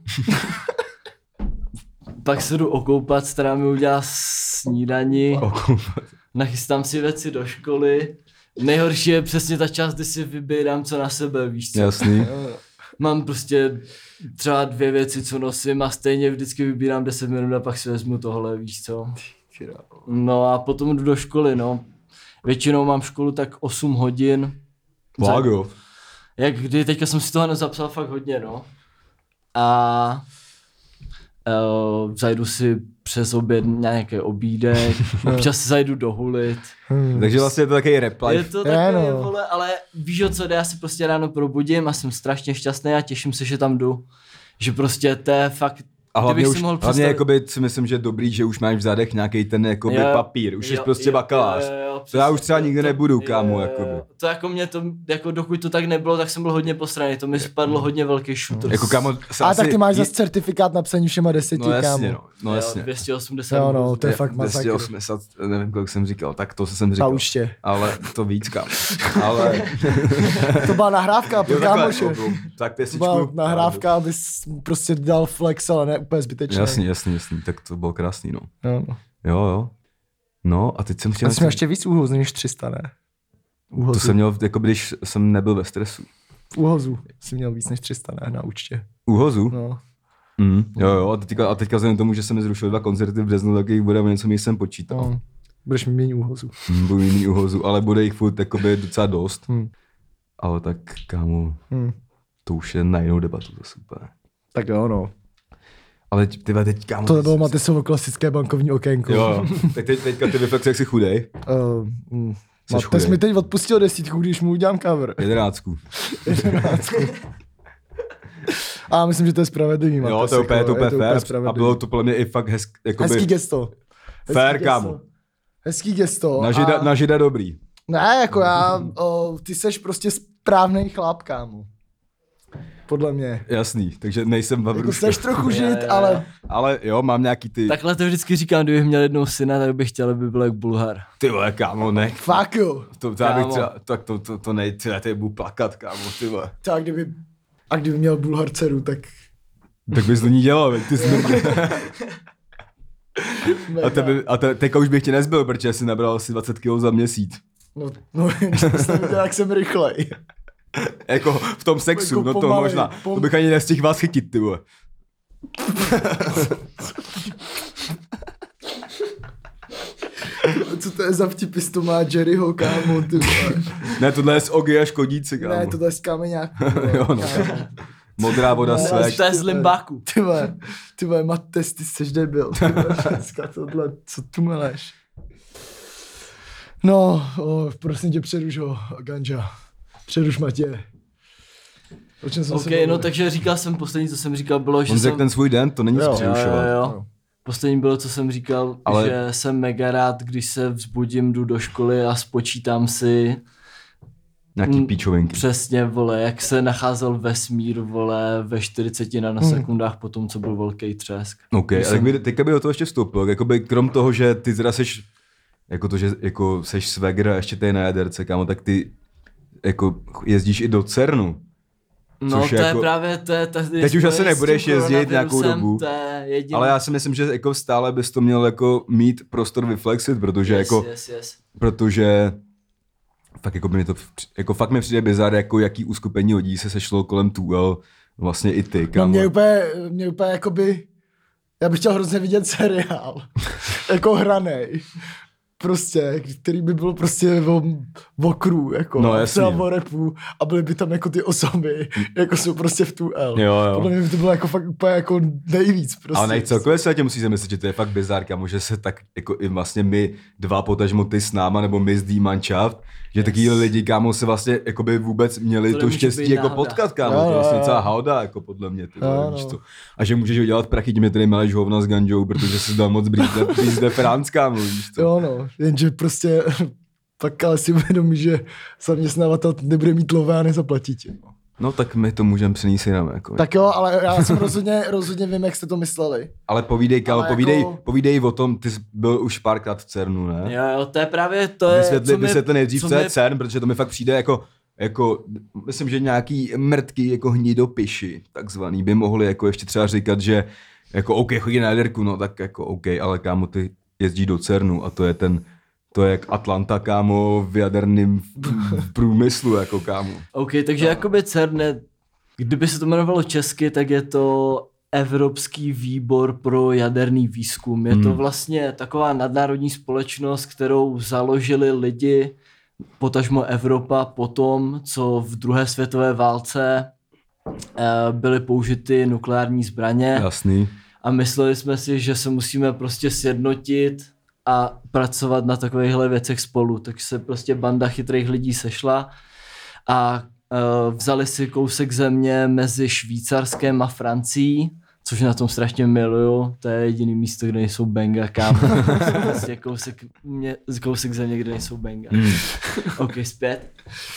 pak se jdu okoupat, stará mi udělá snídani, nachystám si věci do školy. Nejhorší je přesně ta část, kdy si vybírám, co na sebe, víš co. Jasný. Mám prostě třeba dvě věci, co nosím a stejně vždycky vybírám deset minut a pak si vezmu tohle, víš co. No a potom jdu do školy, no. Většinou mám školu tak osm hodin. Fakt jo. Jak kdy, teďka jsem si toho nezapsal fakt hodně, no. A uh, zajdu si přes oběd nějaký obídek, občas si zajdu dohulit. Hmm. Takže vlastně je to takový rap Je life. to Je, takové, no. vole, ale víš o co jde, já se prostě ráno probudím a jsem strašně šťastný a těším se, že tam jdu. Že prostě to je fakt, A hlavně, kdybych už, si mohl hlavně představit- jakoby, si myslím, že je dobrý, že už máš v zádech nějaký ten jakoby Jo, papír. Už jsi jo, prostě jo, bakalář. jo, jo, jo, To já přesně, už třeba nikdy to- nebudu, jo, kámo, jo, jo. jakoby. To jako mě to, jako dokud to tak nebylo, tak jsem byl hodně posraný, to mi spadlo hodně velký šutr. Jako kámo, se A asi- tak ty máš je- zase certifikát na psaní všema deseti, No jasně, kámo. no. No jasně. dvě stě osmdesát. Jo, no, to je Je- fakt masakr. dvě stě osmdesát, nevím, kolik jsem říkal, tak to jsem Na říkal. účtě. Ale to víc, kámo. Ale... To byla nahrávka pro Jo, takhle, kámoše. jako, tak To pěsičku. byla nahrávka, abys prostě dal flex, ale ne úplně zbytečný. Jasný, jasný, jasný, tak to bylo krásný, no. Jo, no. Jo, jo. No a teď jsem chtěl... Já jsem měl ještě víc úhozů než tři sta, ne? Úhozů. To jsem měl, jako když jsem nebyl ve stresu. V úhozu jsi měl víc než tři sta, ne? Na účtě. Úhozu? No. Mm, jo, jo, a teďka, a teďka vzhledem k tomu, že jsem mi zrušil dva koncerty v březnu, tak jich bude o něco méně jsem počítal. no. Budeš mít méně úhozu. Mm, budu jiný úhozu, ale bude jich furt jakoby docela dost. Hmm. Ale tak, kámo, Hmm. to už je na jinou debatu, to super. Tak jo, no. Ale ty vole, teď, kámo... To ty- nebylo Matesovo klasické bankovní okénko. Jo, jo. Tak teď, teďka ty vyflex, jak jsi chudej. Uh, mm. Jsi Mates chudej. mi teď odpustil desítku, když mu udělám cover. Jedenáctku. A myslím, že to je spravedlivý, Mates. Jo, to je úplně, to je úplně fair. A spravedlivý. bylo to podle mě i fakt hezk, jakoby, Hezký gesto. Hezký fair, gesto. kámo. Hezký gesto. Na žida, a... na žida dobrý. Ne, jako já, o, ty seš prostě správnej chlap, kámo. Podle mě. Jasný, takže nejsem Jako babruška. seš trochu Jo, žid, jo, jo. ale Ale jo, mám nějaký ty, Takhle to vždycky říkám, kdybych měl jednou syna, tak bych chtěl, aby byl jak Bulhar. ty vole, kámo, ne. fuck jo. To, to já bych Kámo. třeba, tak to, to, to nej, ty, já tady budu plakat, kámo, ty vole. Tak kdyby, a kdyby měl Bulhar dceru, tak... Tak bys to ní dělal, veď, ty jsi Mega. A, tebe, a te, teďka už bych tě nezbyl, protože jsi nabral asi dvacet kilogramů za měsíc. No, no když to jsem viděl, jak jsem rychlej. Jako v tom sexu, Jako no to pomalej, možná. pom- To bych ani nestihl vás chytit, ty vole. Co to je za vtipy z to má Jerryho, kámo, ty vole. Ne, tohle je z Ogy a škodíci, kámo. Ne, tohle je z kameňáku. Jo, no, kámo. Modrá voda, Ne, svek. To je z Limbáku. Ty vole, ty vole, Mates, ty jsi debil. Ty vole, dneska tohle, co tu meleš? No, o, prosím tě, přeruš ho, Ganja. Přeruš Matě. O čem jsem OK, se bavil? no takže říkal jsem, poslední, co jsem říkal, bylo, že On jsem... řekl ten svůj den, to není Jo, Jo, přerušovat. jo, jo. Jo. Poslední bylo, co jsem říkal, Ale- Ale... že jsem mega rád, když se vzbudím, jdu do školy a spočítám si Nějaký Mm, píčovinky. přesně, vole, jak se nacházel vesmír, vole, ve čtyřiceti nanosekundách po tom, co byl velký třesk. OK, Když ale jsem- by, teďka by do toho ještě vstoupil, jakoby krom toho, že ty teda seš, jako to, že jako seš swagger a ještě tady na jaderce, kámo, tak ty jako jezdíš i do CERNu. No Což to je je jako... právě, to je, to je Teď už asi nebudeš jezdit nějakou dobu, to je jediný... ale já si myslím, že jako stále bys to měl jako mít prostor vyflexit, protože yes, jako, yes, yes. protože fakt jako mi to, jako fakt mi přijde bizar, jako jaký uskupení lidí se sešlo kolem two L, vlastně i ty, kámo. No mě úplně, mě úplně jakoby, já bych chtěl hrozně vidět seriál, jako hranej. Prostě, který by bylo prostě o, o crew, jako, no, třeba o rapu a byly by tam jako ty osoby, jako jsou prostě v two L. Jo, jo. Podle mě by to bylo jako fakt úplně jako nejvíc prostě. Ale nej, celkově se tě musí zamyslet, že to je fakt bizár, kámo, že se tak jako i vlastně my dva, potažmo ty s náma, nebo my s D-Mannschaft, že yes. Takový lidi, kámo, se vlastně jakoby vůbec měli to, to štěstí jako náhoda. Potkat, kámo, no, to je vlastně celá hauda, jako podle mě, ty vole, víš co. A že můžeš udělat prachy, tím je tady meleš hovna s ganžou, protože jsi dal moc blízde Franc, kámo, víš co. Jo, no, jenže prostě pak ale si uvědomí, že zaměstnavatel nebude mít lové a nezaplatí tě. No tak my to můžeme přenést jinam, jako. Tak jo, ale já jsem rozhodně, rozhodně vím, jak jste to mysleli. Ale povídej, kámo, ale povídej, jako... povídej o tom, ty jsi byl už párkrát v CERNu, ne? Jo, jo, to je právě, to je... Vysvětli, vysvětli nejdřív, co, co je mi... CERN, protože to mi fakt přijde jako, jako, myslím, že nějaký mrtky jako hnidopiši, takzvaný, by mohli jako ještě třeba říkat, že jako OK, chodí na jaderku, no tak jako OK, ale kámo, ty jezdí do CERNu a to je ten, to je jak Atlanta, kámo, v jaderném průmyslu, jako kámo. OK, takže no. Jakoby CERN, kdyby se to jmenovalo česky, tak je to Evropský výbor pro jaderný výzkum. Je hmm. to vlastně taková nadnárodní společnost, kterou založili lidi, potažmo Evropa, po tom, co v druhé světové válce byly použity nukleární zbraně. Jasný. A mysleli jsme si, že se musíme prostě sjednotit a pracovat na takovýchhle věcech spolu. Takže se prostě banda chytrých lidí sešla a uh, vzali si kousek země mezi Švýcarskem a Francií, což na tom strašně miluju. To je jediný místo, kde nejsou benga, kámo. Prostě kousek, mě, kousek země, kde nejsou benga. Mm. OK, zpět.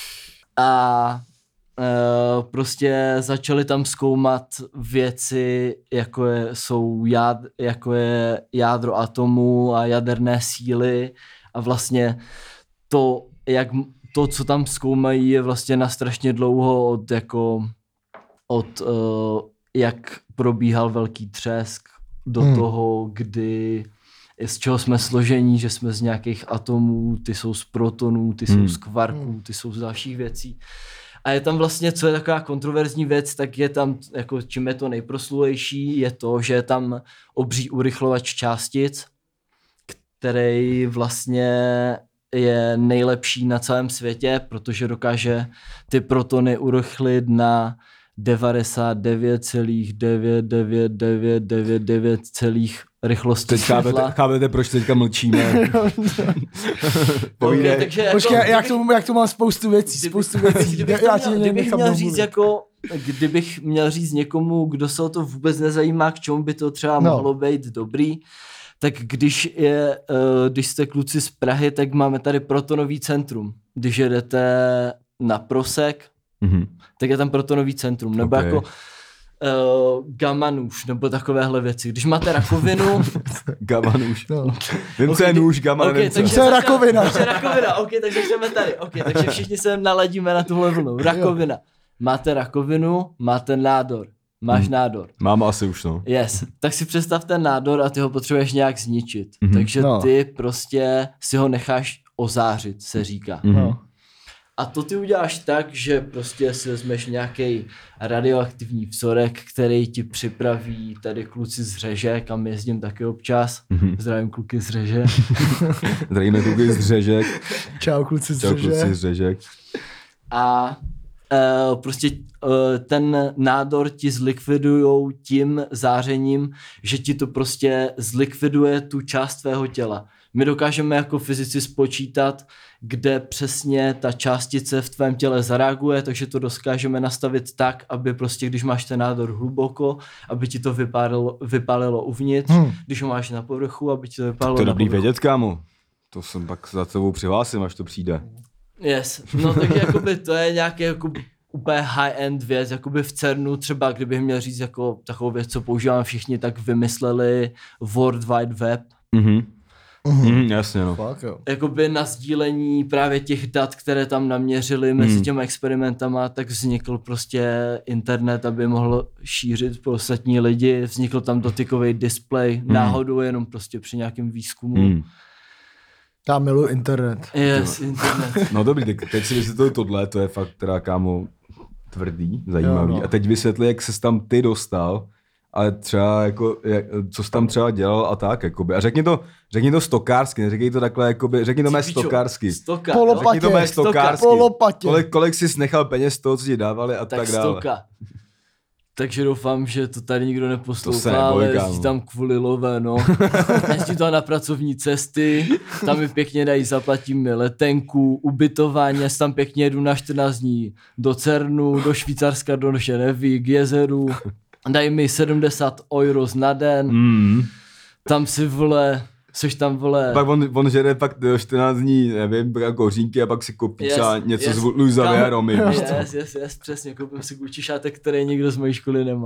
A Uh, prostě začali tam zkoumat věci, jako je, jsou jád, jako je jádro atomu a jaderné síly a vlastně to, jak, to, co tam zkoumají, je vlastně na strašně dlouho od, jako, od uh, jak probíhal velký třesk do hmm. toho, kdy z čeho jsme složení, že jsme z nějakých atomů, ty jsou z protonů, ty hmm. jsou z kvarků, ty jsou z dalších věcí. A je tam vlastně, co je taková kontroverzní věc, tak je tam, jako čím je to nejproslulejší, je to, že je tam obří urychlovač částic, který vlastně je nejlepší na celém světě, protože dokáže ty protony urychlit na devadesát devět celá devět devět devět devět devět celých rychlosti teď chápete, chápete, proč teďka mlčíme. Okay, takže jako, Počkej, jak to, jak to mám spoustu věcí, kdyby, spoustu věcí. Kdybych, já měl, kdybych měl říct jako, kdybych měl říct někomu, kdo se o to vůbec nezajímá, k čemu by to třeba no. mohlo být dobrý, tak když je, když jste kluci z Prahy, tak máme tady protonový centrum. Když jedete na Prosek, mm-hmm. tak je tam protonový centrum, nebo okay. jako Uh, gamma nůž, nebo takovéhle věci. Když máte rakovinu... Gamma nůž. No. Vím, co je nůž, gamma, okay, nevím, co je rakovina. Takže rakovina, ok, takže jdeme tady. Ok, takže všichni se naladíme na tuhle vlnu. Rakovina. Máte rakovinu, máte nádor. Máš hmm. nádor. Mám asi už, no. Yes. Tak si představ ten nádor a ty ho potřebuješ nějak zničit. Mm-hmm. Takže no. ty prostě si ho necháš ozářit, se říká. Mm-hmm. A to ty uděláš tak, že prostě si vezmeš nějaký radioaktivní vzorek, který ti připraví tady kluci z Řeže, kam jezdím taky občas. Mm-hmm. Zdravím kluky z Řeže. Zdravíme kluky z Řežek. Čau kluci z Čau Řeže. kluci z Řežek. A uh, prostě uh, ten nádor ti zlikvidujou tím zářením, že ti to prostě zlikviduje tu část tvého těla. My dokážeme jako fyzici spočítat, kde přesně ta částice v tvém těle zareaguje, takže to dokážeme nastavit tak, aby prostě, když máš ten nádor hluboko, aby ti to vypálilo, vypálilo uvnitř, hmm. když ho máš na povrchu, aby ti to vypálilo to je na dobrý povrchu. vědět, kámo. To jsem pak za tebou přihlásím, až to přijde. Yes, no takže jakoby to je nějaký jako úplně high-end věc, jakoby v CERNu třeba, kdybych měl říct jako takovou věc, co používáme všichni, tak vymysleli World Wide Web. Mhm. Mm, jasně, no. Fakt, jo. Jakoby na sdílení právě těch dat, které tam naměřili mezi Hmm. těma experimentama, tak vznikl prostě internet, aby mohl šířit pro ostatní lidi, vznikl tam dotykový display, Hmm. náhodou jenom prostě při nějakém výzkumu. Mm. Já miluji internet. Yes, internet. No dobrý, teď, teď si vysvětlili tohle, to je fakt teda, kámo, tvrdý, zajímavý. Jo, no. A teď vysvětli, jak ses tam ty dostal, ale třeba jako, jak, co jsi tam třeba dělal a tak, jakoby. A řekni to, řekni to stokársky, neříkej to takhle, jakoby, řekni to mé Pičo, stokársky. Stoka, Po no? lopatě. Řekni to mé stokársky. Po lopatě. Kolik, kolik jsi nechal peněz z toho, co ti dávali a Tak, tak, dále. stoka. Takže doufám, že to tady nikdo To se neposlouchá, neboj, ale kámo. jezdí tam kvůli lové, no. Jezdí tam na pracovní cesty, tam mi pěkně dají, zaplatím mi letenku, ubytování, já si tam pěkně jedu na čtrnáct dní do Cernu, do Švýcarska, do Ženevy, k jezeru. Dají mi sedmdesát euro na den, Mm. tam si vole, což tam vole... Pak on, on žere pak do čtrnáct dní, nevím, jako hořínky a pak si koupí Yes, třeba něco yes. z Luisa Kámo, Věromy. Yes, yes, yes, přesně, koupím si Gucci šátek, který nikdo z mojí školy nemá.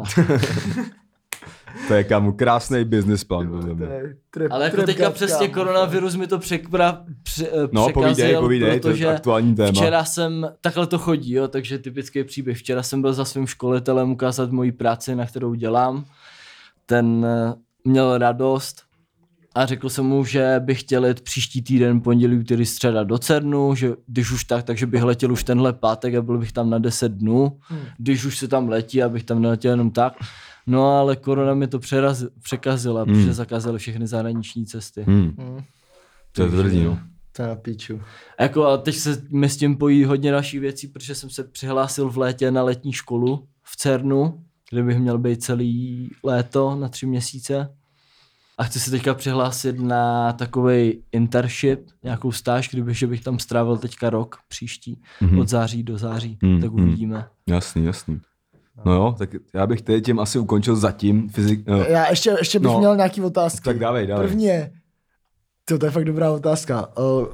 To je, kámo, krásný business plán. podle mě. Trep, Ale jako teďka přesně koronavirus mi to překra, pře, No, povídej, překazil, povídej, to protože je aktuální téma. včera jsem, takhle to chodí, jo, takže typický příběh, včera jsem byl za svým školitelem ukázat moji práci, na kterou dělám, ten eh, měl radost a řekl jsem mu, že bych chtěl jet příští týden pondělí, úterý, středa do Cernu, že když už tak, takže bych letěl už tenhle pátek a byl bych tam na deset dnů, Hmm. když už se tam letí, abych tam neletěl jenom tak. No ale korona mi to přeraz, překazila, Hmm. protože zakázali všechny zahraniční cesty. Hmm. Hmm. To je tvrdý, no. To je na píču. A Jako a teď se mi s tím pojí hodně další věcí, protože jsem se přihlásil v létě na letní školu v Cernu, kde bych měl být celý léto na tři měsíce. A chci se teďka přihlásit na takovej internship, nějakou stáž, kdybych, že bych tam strávil teďka rok příští, Mhm. od září do září, Mhm, tak mhm. uvidíme. Jasný, jasný. No jo, tak já bych teď tím asi ukončil zatím fyzik... No. Já ještě, ještě bych No. měl nějaký otázky. Tak dávej, dávej. První je, to, to je fakt dobrá otázka. Uh,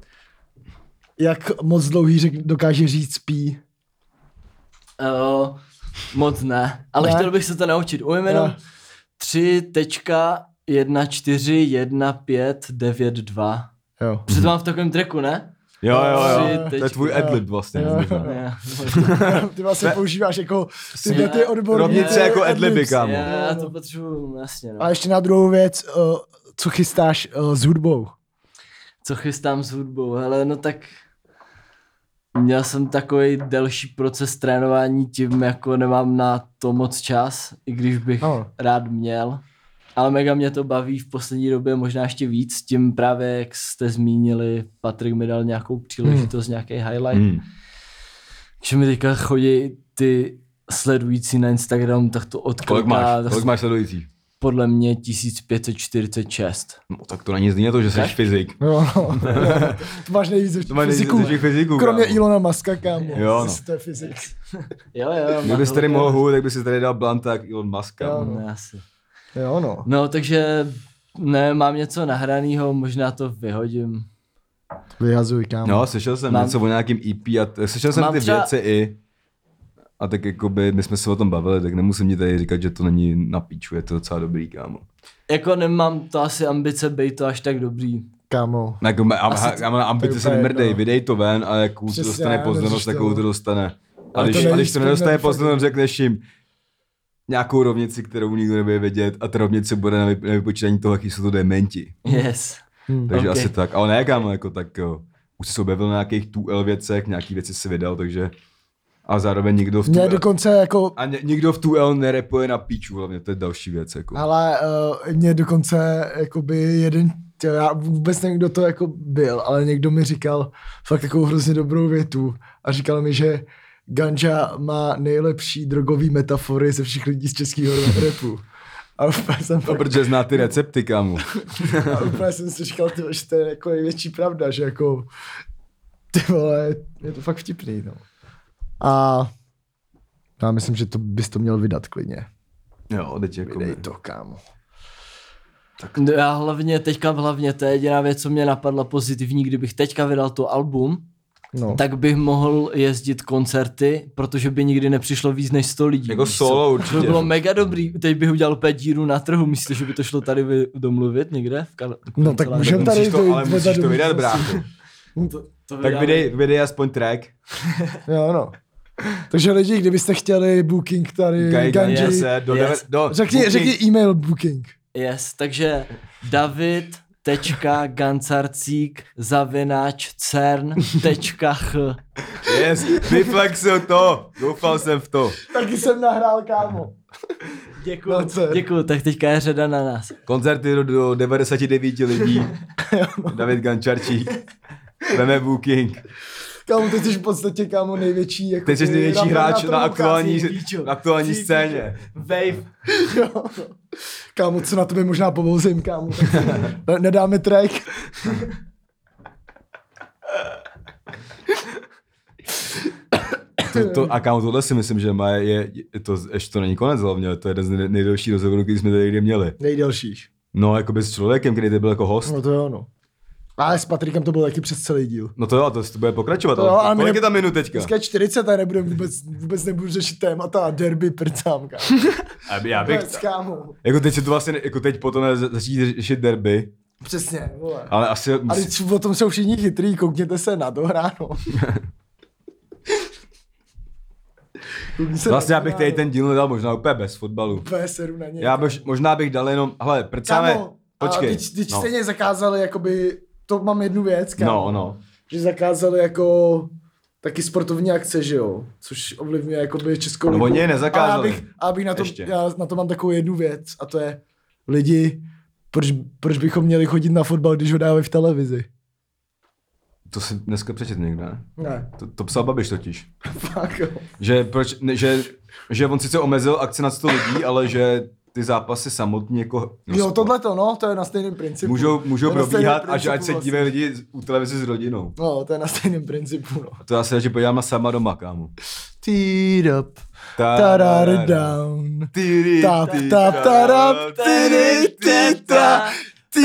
jak moc dlouhý řek dokáže říct pí? Uh, moc ne, ale Ne? chtěl bych se to naučit. Umím jenom Ne. tři tečka jedna čtyři jedna pět devět dva. Jo. Protože to mám v takovém tracku, ne? Jo, jo, jo. Tři To je tečky. tvůj adlib vlastně. Jo. možná. Ne, Ty vlastně Ne. používáš jako Přesně. tyhle ty odborné Rovnice jako adliby, kámo. já to potřebuju, jasně. No. A ještě na druhou věc, uh, co chystáš uh, s hudbou? Co chystám s hudbou? Hele, no tak měl jsem takový delší proces trénování, tím jako nemám na to moc čas, i když bych No. rád měl. Ale mega mě to baví v poslední době možná ještě víc, tím právě, jak jste zmínili, Patrik mi dal nějakou příležitost, hmm. nějaký highlight. Hmm. Že mi teďka chodí ty sledující na Instagram, tak to Kolik odkliká. máš? Kolik máš sledujících? Podle mě tisíc pět set čtyřicet šest. No tak to není zní to, že jsi Tak? fyzik. Jo, no. To máš nejvíc ze To máš fyziků. nejvíc ze všech fyziků, Kromě kámo. Ilona Muska, kámo. Jo, no. To je fyzik. Jo, jo. Kdybys tady mohl hůl, tak bys si tady dal blanta jak Elon Musk. Jo, kámo. No, asi. Jo, no. No, takže ne, mám něco nahranýho, možná to vyhodím. Vyhazuj, kámo. No, slyšel jsem Mám- něco o nějakým E P a t- slyšel jsem Mám ty třeba- věci i. A tak jakoby, my jsme se o tom bavili, tak nemusím ti tady říkat, že to není na píču, je to docela dobrý, kámo. Jako nemám to asi ambice být to až tak dobrý. Kámo. No, jako, a, Asi a, to- a, a ambice to je se úplně nemrdej, jedno. vydej to ven a jakou to Přesně, dostane pozornost, neříš to. takovou to dostane. A Ale když, to a když to nejvíc nedostane fakt pozornost, nevím. řekneš jim nějakou rovnici, kterou nikdo nebude vědět a ta rovnice bude na, vy, na vypočítání toho, jaký jsou to dementi. Yes. Hmm. Takže Ok. asi tak. Ale ne, kámo, jako tak jo. Už jsi se objevil na nějakých two L věcech, nějaký věci si vydal, takže a zároveň nikdo v Mě two L, dokonce jako, a ně, nikdo v two L nerepuje na píču, hlavně to je další věc, jako. ale uh, mě dokonce jakoby jeden, tě, já vůbec nevím, kdo to jako byl, ale někdo mi říkal fakt takovou hrozně dobrou větu a říkal mi, že ganja má nejlepší drogový metafory ze všech lidí z českého rapu. A úplně jsem No, fakt, protože zná ty recepty, kámo. a úplně jsem si říkal, ty, že to je jako největší pravda, že jako ty vole, je to fakt vtipný, no. A já myslím, že to bys to měl vydat klidně. Jo, teď jako... Vydej to, kámo. Já hlavně teďka hlavně to je jediná věc, co mě napadla pozitivní, kdybych teďka vydal to album No. tak bych mohl jezdit koncerty, protože by nikdy nepřišlo víc než sto lidí. Jako víš solo co? určitě. To by bylo mega dobrý, teď bych udělal opět díru na trhu, myslíš, že by to šlo tady vy domluvit někde? V kal- No tak kanceláři? můžeme tady Musíš to, dojít ale vedle musíš to domů, vydat, prostě. brácho. To, to Tak vydáme. vydej, vydej aspoň track. Jo, no. Takže lidi, kdybyste chtěli booking tady, Gaj, Ganji, gaj, se do, Yes. yes. do řekni, booking. řekni e-mail booking. Yes, takže David tečka gancarcík zavináč cern tečka ch. Yes, vyflexil to. Doufal jsem v to. Taky jsem nahrál, kámo. Děkuju, No, co je? děkuju, tak teďka je řada na nás. Koncerty do, do devadesát devět lidí. David Gančarčík. Veme booking. Kámo, ty jsi v podstatě, kámo, největší, jako Teď jsi ty největší rapper hráč trhu, na aktuální, kámo, píčo. na aktuální Ty scéně. Wave. Jo, no. Kámo, co na tebe možná povouzím, kámo. Ne- Nedáme track. To, to, a kámo, tohle si myslím, že má, je, je to, ještě to není konec hlavně, to je jeden z nej- nejdelších rozhovorů, který jsme tady kdy měli. Nejdelších. No, jako s člověkem, který tady byl jako host. No to jo, no. Ale s Patrikem to bylo taky přes celý díl. No to jo, to, to bude pokračovat. To jo, ale ale my kolik ne- je tam minut teďka? Dneska je čtyřicet a nebudem vůbec, vůbec nebudu řešit témata a derby prcám, kámo. A já bych, Vůbec, kámo. jako teď si to vlastně, jako teď potom ne- začít řešit derby, Přesně, vole. ale asi, A musí, teď o tom jsou všichni chytrý, koukněte se na dohráno. vlastně já bych tady ten díl nedal možná úplně bez fotbalu. Úplně seru na něj. Já bych, možná bych dal jenom, hele, prcáme, Kámo, počkej. a teď, teď no. stejně zakázali, jakoby, to mám jednu věc, kámo. no, no. Že zakázali jako taky sportovní akce, že jo, což ovlivňuje jakoby českou No, ligu. oni je nezakázali. A já bych, a já bych na to, Ještě. já na to mám takovou jednu věc a to je lidi, proč, proč bychom měli chodit na fotbal, když ho dávají v televizi? To si dneska přečet někde, ne? Ne, To, to psal Babiš totiž. fakt jo. Že, proč, ne, že, že on sice omezil akce na sto lidí, ale že ty zápasy samotně jako... No, Jo, tohle to, no, to je na stejném principu. Můžou, můžou To je na probíhat, stejném až ať principu se dívají lidi u televize s rodinou. No, to je na stejném principu, no. A to já se radši podívám na Sama doma, kámo. Teed up, Ta- tarar down. Tyry, Tap, ty- tap, tarap, tyry, ty, ta, ty,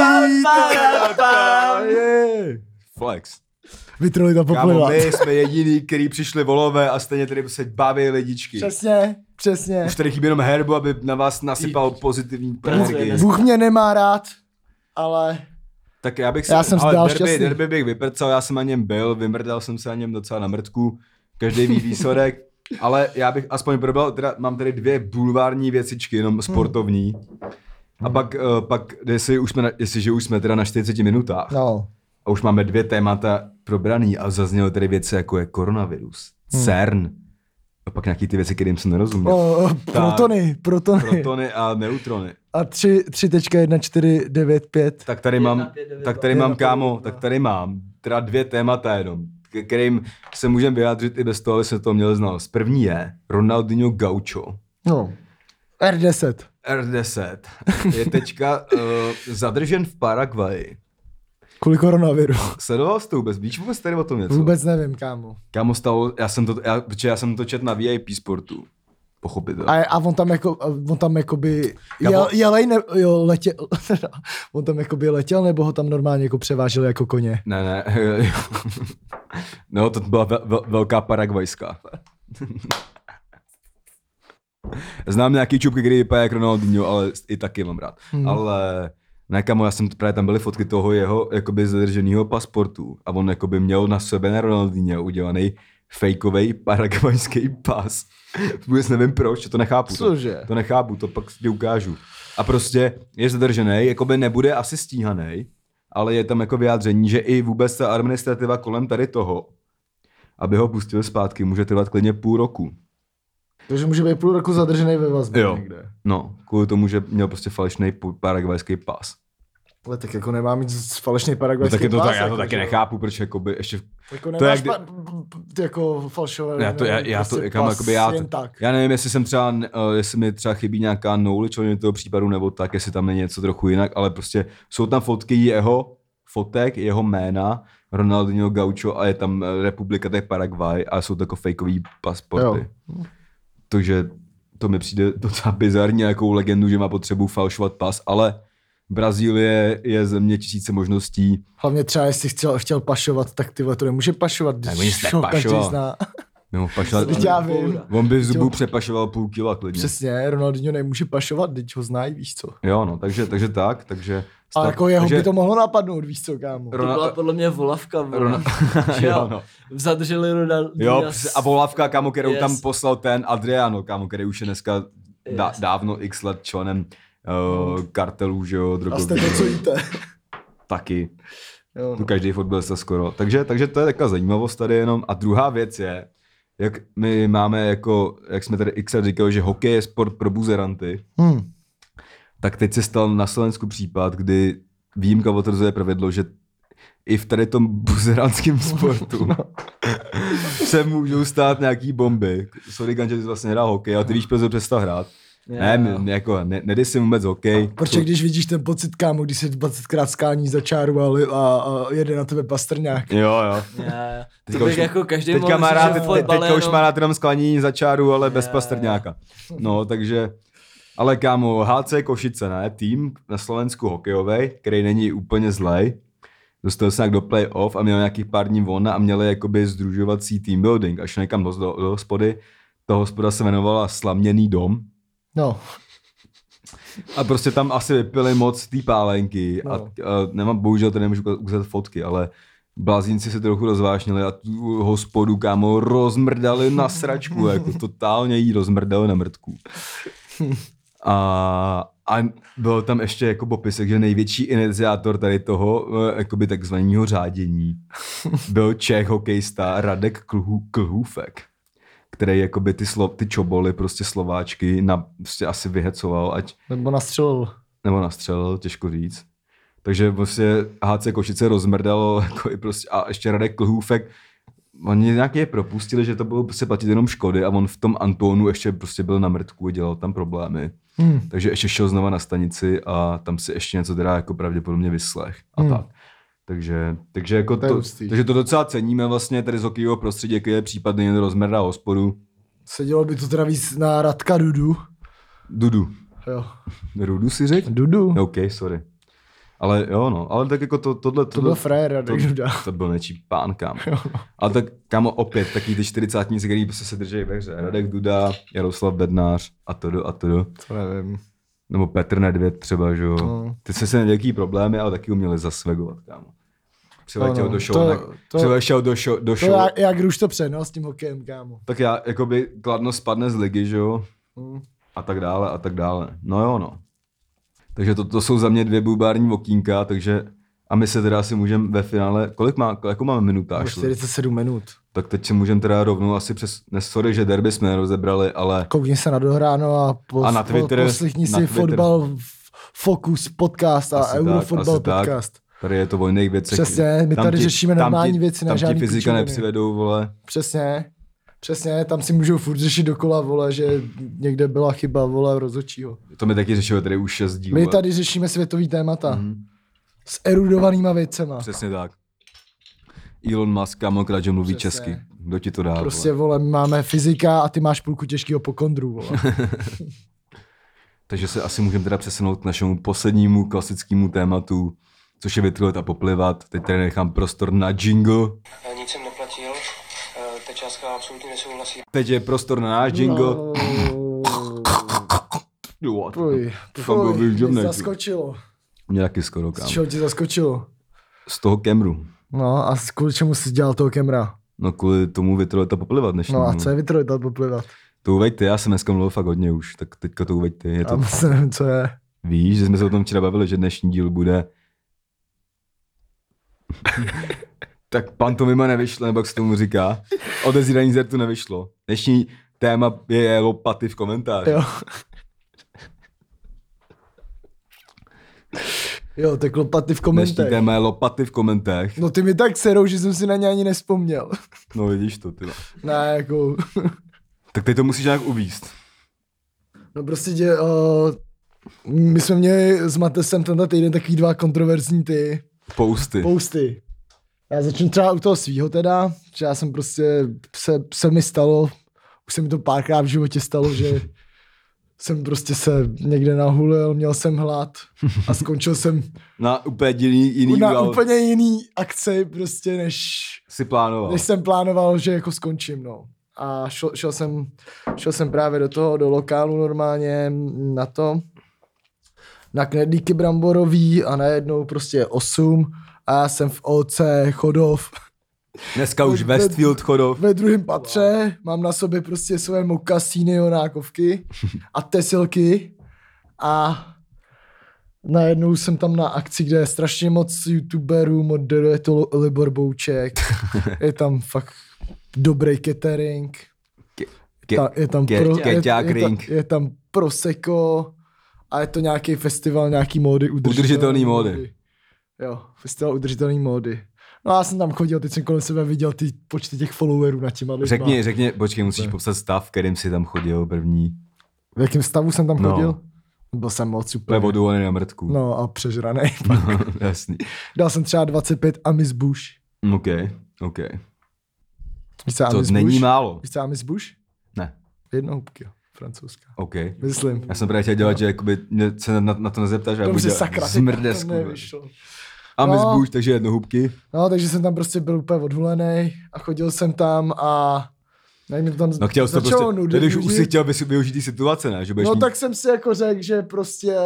ta. Yeah. Flex. Vytroli to Kámo, poplivat. my jsme jediný, který přišli volové a stejně tady se baví lidičky. Přesně, přesně. Už tady chybí jenom Herbu, aby na vás nasypal pozitivní energii. Bůh mě nemá rád, ale Tak já bych si, Já jsem ale dál derby, šťastný. derby bych vyprcal, já jsem na něm byl, vymrdal jsem se na něm docela na mrtku, každý ví výsledek, ale já bych aspoň probral, teda mám tady dvě bulvární věcičky, jenom sportovní. A pak, uh, pak jestli už jsme, na, jestliže už jsme teda na čtyřiceti minutách no. a už máme dvě témata probraný a zazněly tady věci jako je koronavirus, CERN, a pak nějaký ty věci, kterým jsem nerozuměl. O, protony, protony. Protony a neutrony. A tři tečka jedna čtyři devět pět. Tak tady mám, Jedna, pět, devět, tak tady dva. mám, kámo, Jedna, pět, tak tady mám teda dvě témata jenom, ke kterým se můžeme vyjádřit i bez toho, aby se to měl znalost. První je Ronaldinho Gaucho. No. R deset. R deset je teďka uh, zadržen v Paraguaji. Kvůli koronaviru. Sledoval jsi to vůbec? Víš vůbec tady o tom něco? Vůbec nevím, kámo. Kámo, stalo, já jsem to, já, protože já jsem to čet na V I P sportu. Pochopitelně. A, a on tam jako, a on tam jakoby, Kámo- jel, jelej, ne, jo, letěl, on tam jakoby letěl, nebo ho tam normálně jako převážel jako koně? Ne, ne. No, to byla vel, vel, velká paraguajská. Znám nějaký čupky, který vypadá jak Ronaldinho, ale i taky mám rád. Hmm. Ale ne, kamo, já jsem právě tam byly fotky toho jeho jakoby zadrženého pasportu a on jakoby měl na sebe na Ronaldinho udělaný fejkovej paraguajský pas. Vůbec nevím proč, to nechápu. Cože? To, to nechápu, to pak ti ukážu. A prostě je zadržený, jakoby nebude asi stíhaný, ale je tam jako vyjádření, že i vůbec ta administrativa kolem tady toho, aby ho pustili zpátky, může trvat klidně půl roku. Takže může být půl roku zadržený ve vazbě Jo. někde. No, kvůli tomu, že měl prostě falešný paraguajský pas. Ale tak jako nemá mít falešný No, paraguajský tak je to pás, tak, já to jako, taky že jo? nechápu, proč jakoby ještě... Jako To je nemáš kdy- pa, p- p- jako falšové. Já to, já, já to, prostě kam, pas jakoby já, jen to, tak. já nevím, jestli jsem třeba, uh, jestli mi třeba chybí nějaká knowledge toho případu, nebo tak, jestli tam není něco trochu jinak, ale prostě jsou tam fotky jeho fotek, jeho jména, Ronaldinho Gaucho a je tam eh, republika, to je Paraguay a jsou to jako fakeový pasporty. Jo. Takže to mi přijde docela bizarní, jakou legendu, že má potřebu falšovat pas, ale Brazílie je země tisíce možností. Hlavně třeba, jestli chtěl, chtěl pašovat, tak tyhle to nemůže pašovat, Ne, když oni ho každý nepašoval. zná. No, pašovat, Teď já vím. on by v zubu přepašoval půl kila klidně. Přesně, Ronaldinho nemůže pašovat, teď ho znají, víš co. Jo, no, takže, takže tak, takže... Ale jako jeho takže, by to mohlo napadnout, víš co, kámo. To byla podle mě volavka, vole. Rona, Že jo, jo, no. zadrželi Ronaldinho. Jo, a volavka, kámo, kterou Yes. tam poslal ten Adriano, kámo, který už je dneska dá, Yes. dávno x let členem uh, kartelů, že jo, A drogových. jste to, co jíte. Taky. Jo, Tu no. každý fotbalista skoro. Takže, takže to je taková zajímavost tady jenom. A druhá věc je, jak my máme jako, jak jsme tady x říkali, že hokej je sport pro buzeranty, Hmm. tak teď se stal na Slovensku případ, kdy výjimka potvrzuje pravidlo, že i v tady tom buzerantském sportu se můžou stát nějaký bomby. Sorry, Ganže, ty jsi vlastně hrál hokej, ale ty víš, proč přestal hrát. Yeah. Ne, my- jako, ne, nedej si vůbec hokej. Protože když vidíš ten pocit, kámo, když se dvacetkrát skání za čáru a, a, a jede na tebe Pastrňák. Jo, jo. Yeah. To Teďka bych už- jako každý Teďka mohl má říct, rád, že te, fotbal teďka už jenom- má rád jenom sklánění za čáru, ale bez Je, Pastrňáka. No, takže... Ale kámo, H C Košice, ne? Tým na Slovensku hokejový, který není úplně zlej. Dostal se nějak do play-off a měl nějakých pár dní volna a měli jakoby združovací team building. Až někam do, do, do hospody. Ta hospoda se jmenovala Slaměný dom. No, A prostě tam asi vypili moc té pálenky. No. A, a nemám, bohužel to nemůžu ukázat fotky, ale blázínci se trochu rozvášnili a tu hospodu, kámo, rozmrdali na sračku, jako totálně jí rozmrdali na mrtku. A, a byl tam ještě jako popisek, že největší iniciátor tady toho eh, jakoby takzvaného řádění byl Čech hokejista Radek Klhu, Klhůfek, který jakoby ty, slo, ty čoboly, prostě Slováčky, na, prostě asi vyhecoval, ať, nebo nastřelil. nebo nastřelil, těžko říct. Takže prostě H C Košice rozmrdalo jako i prostě, a ještě Radek Klhůfek, oni nějak je propustili, že to bylo prostě platit jenom škody a on v tom Antonu ještě prostě byl na mrtku a dělal tam problémy. Hmm. Takže ještě šel znova na stanici a tam si ještě něco teda jako pravděpodobně vyslech a Hmm. tak. Takže, takže, jako To je to, hustý. takže to docela ceníme vlastně tady z hokejového prostředí, jaký je případný jen rozmrdá hospodu. Sedělo by to teda víc na Radka Dudu. Dudu. Jo. Rudu si řekl? Dudu. OK, sorry. Ale jo, no, ale tak jako to, tohle, To tohle byl frajer, Radek to, Duda. to byl nečí pán, kámo. Jo. Ale tak, kámo, opět, taky ty čtyřicátníci, který prostě se drží ve hře. Radek Duda, Jaroslav Bednář a to a to. To nevím. Nebo Petr Nedvěd třeba, že jo. No. Ty se se nějaký problémy, ale taky uměli zasvegovat, kámo. Přiletěl No, no, do show, to- na, to- přiletěl do show, do To show. já, jak už to přenal s tím hokejem, kámo. Tak já, jakoby, Kladno spadne z ligy, že jo. Hmm. A tak dále, a tak dále. No jo, no. Takže to, to jsou za mě dvě bubární okýnka, takže a my se teda asi můžeme ve finále, kolik má, jakou máme minutáž? čtyřicet sedm minut. Tak teď si můžeme teda rovnou asi přes, ne, sorry, že derby jsme nerozebrali, ale Koukni se na dohráno a, po, A na Twitter- po, poslechni na si Twitter. Fotbal Focus podcast a Asi tak, Eurofotbal asi tak. podcast. tady je to o jiných věcech. Přesně, my Tam tady ti- řešíme tam normální ti- věci, ne tam ti žádný fyzika pičoviny. nepřivedou, vole. Přesně, přesně, tam si můžou furt řešit dokola, vole, že někde byla chyba, vole, rozhodčího. To my taky řešíme tady už šest dílů. My tady řešíme světový témata. Mhm. S erudovanýma věcema. Přesně tak. Elon Musk, kámo, že mluví Přesně. česky. Kdo ti to dá? Prostě, vole? vole, my máme fyzika a ty máš půlku těžkého pokondru, vole. Takže se asi můžeme teda přesunout k našemu poslednímu klasickému tématu, což je vytvořit a poplivat. Teď tady nechám prostor na jingle. Nic jsem neplatil, eh, ta částka absolutně nesouhlasí. Teď je prostor na náš jingle. No, Jo, Fuj, Fakt byl fuj, výživnej, mě ty. zaskočilo. Mě taky skoro, kámo. Z čeho ti zaskočilo? Z toho kemru. No a kvůli čemu jsi dělal toho kemra? No kvůli tomu vytvořit a poplivat dnešnímu. No a co je vytrojit poplivat? To uveď ty, já jsem dneska mluvil fakt hodně už, tak teďka to uveď ty. Je Já to... moc nevím, co je. Víš, že jsme se o tom včera bavili, že dnešní díl bude... tak pantomima nevyšlo, nebo jak se tomu říká. Odezírání zertu nevyšlo. Dnešní téma je lopaty v komentáři. Jo. Jo, tak lopaty v Dnešní komentech. téma je lopaty v komentech. No ty mi tak serou, že jsem si na ně ani nespomněl. No vidíš to, ty. Ne, jako... Tak teď to musíš nějak uvíct. No prostě tě, uh, my jsme měli s Matesem tenhle týden takový dva kontroverzní ty Posty. posty. Já začnu třeba u toho svýho teda, že já jsem prostě, se, se mi stalo, už se mi to párkrát v životě stalo, že jsem prostě se někde nahulil, měl jsem hlad a skončil jsem Na úplně jiný, jiný na úval. úplně jiný akci prostě, než, Si plánoval. než jsem plánoval, že jako skončím, no. A šel, šel, jsem, šel jsem právě do toho, do lokálu normálně na to, na knedlíky bramborový a najednou prostě osm a já jsem v O C Chodov. Dneska už Ve- Westfield Chodov. Ve druhém patře mám na sobě prostě své mokasíny, jonákovky a tesilky a najednou jsem tam na akci, kde je strašně moc youtuberů, moderuje to Libor Bouček, je tam fakt dobrý catering, Ke, ta, je, tam ke- pro, keťák je, je, ring. ta, je tam prosecco a je to nějaký festival, nějaký módy. Udržitelný módy. Jo, festival udržitelný módy. No já jsem tam chodil, teď jsem kolem sebe viděl ty počty těch followerů na těma lidma. Řekni, řekni, počkej, musíš popsat stav, v kterým jsi tam chodil první. V jakém stavu jsem tam No. chodil? Byl jsem moc super. Ve vodu, on je na mrtku. No a přežraný. No, jasný. Dal jsem třeba dvacet pět Amis Bush. OK, OK. Víš co To Amis není Bush? málo. Víš co Amis Bush? Ne. Jednohubky, jo. Francouzská. OK. Myslím. Já jsem právě chtěl dělat, že jakoby mě se na, na to nezeptáš, já budu Dobře, dělat sakra, zmrdesku. to nevyšlo. A my No. zbůž, takže jednohubky. No, takže jsem tam prostě byl úplně odhulený a chodil jsem tam a nevím, to tam No chtěl jsi to začalo prostě, nudit, teď už, už nudit. si chtěl vys- využít ty situace, ne? Že budeš No mít... tak jsem si jako řekl, že prostě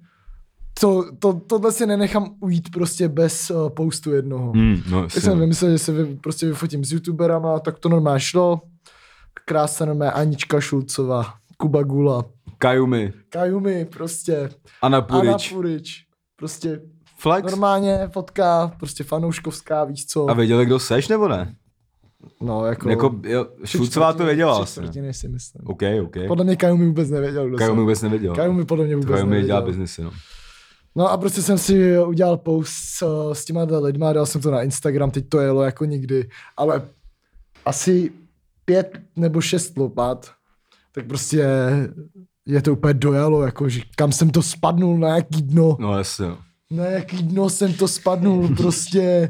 to, to, tohle si nenechám ujít prostě bez uh, postu jednoho. Hmm, no, Tak jasně, jsem no. vymyslel, že se vy, prostě vyfotím s youtuberama, tak to normálně šlo. Krásná normálně Anička Šulcová, Kuba Gula, Kajumi, Kajumi prostě, Anna Anna Purič, Purič, prostě Flex. normálně fotka, prostě fanouškovská, víš co. A věděli, kdo seš, nebo ne? No jako... Jako, jo, tři Šulcová to čtvrtiny- věděla tři asi. ne? čtvrtiny si myslím. OK, OK. Podle mě Kajumi vůbec nevěděl, kdo Kajumi jsem. vůbec nevěděl. Kajumi podle mě vůbec Kajumi dělá nevěděl. biznesy, no. No a prostě jsem si udělal post s, s těma lidma, dal jsem to na Instagram, teď to jelo jako nikdy, ale asi pět nebo šest lopat, tak prostě je to úplně dojelo, jako že kam jsem to spadnul, na jaký dno, No jasně, no. na jaký dno jsem to spadnul, prostě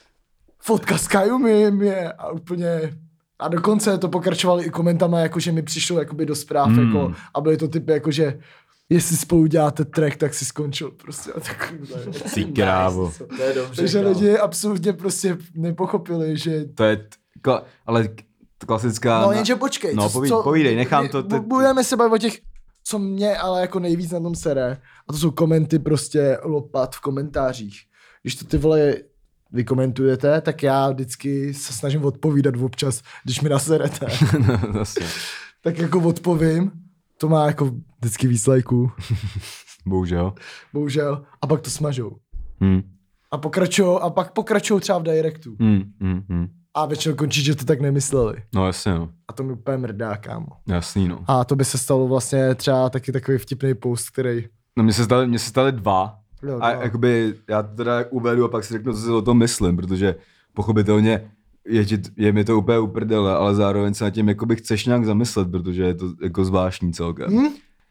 fotka s Kajumim je a úplně... A dokonce to pokračovalo i komentama, jakože mi přišlo jakoby do zpráv, Mm. jako, a byly to typy, jakože jestli spolu děláte track, tak si skončil prostě a takovýhle. Ty krávo. To je dobře. Takže kámo. lidi absolutně prostě nepochopili, že... To je, t- kla- ale k- klasická... No na- jenže počkej. No, co- povídej, co- povídej, nechám to, bu- ty- Budeme se bavit o těch, co mě ale jako nejvíc na tom sere. A to jsou komenty prostě lopat v komentářích. Když to ty vole vykomentujete, tak já vždycky se snažím odpovídat občas, když mi naserete. No, zase. Tak jako odpovím, to má jako vždycky víc lajků, Bohužel. bohužel, a pak to smažou. Hm. A pokračují, a pak pokračují třeba v directu. Hm, hm, hm. A většinou končí, že to tak nemysleli. No jasně, no. A to mi úplně mrdá, kámo. Jasný, no. A to by se stalo vlastně třeba taky takový vtipný post, který... No mně se stali, mně se stali dva. Jo, A no. jakoby já to teda uvedu a pak si řeknu, co si o tom myslím, protože pochopitelně je, ti, je mi to úplně uprdele, ale zároveň se nad tím jakoby chceš nějak zamyslet, protože je to jako zvláštní celkem. Hm?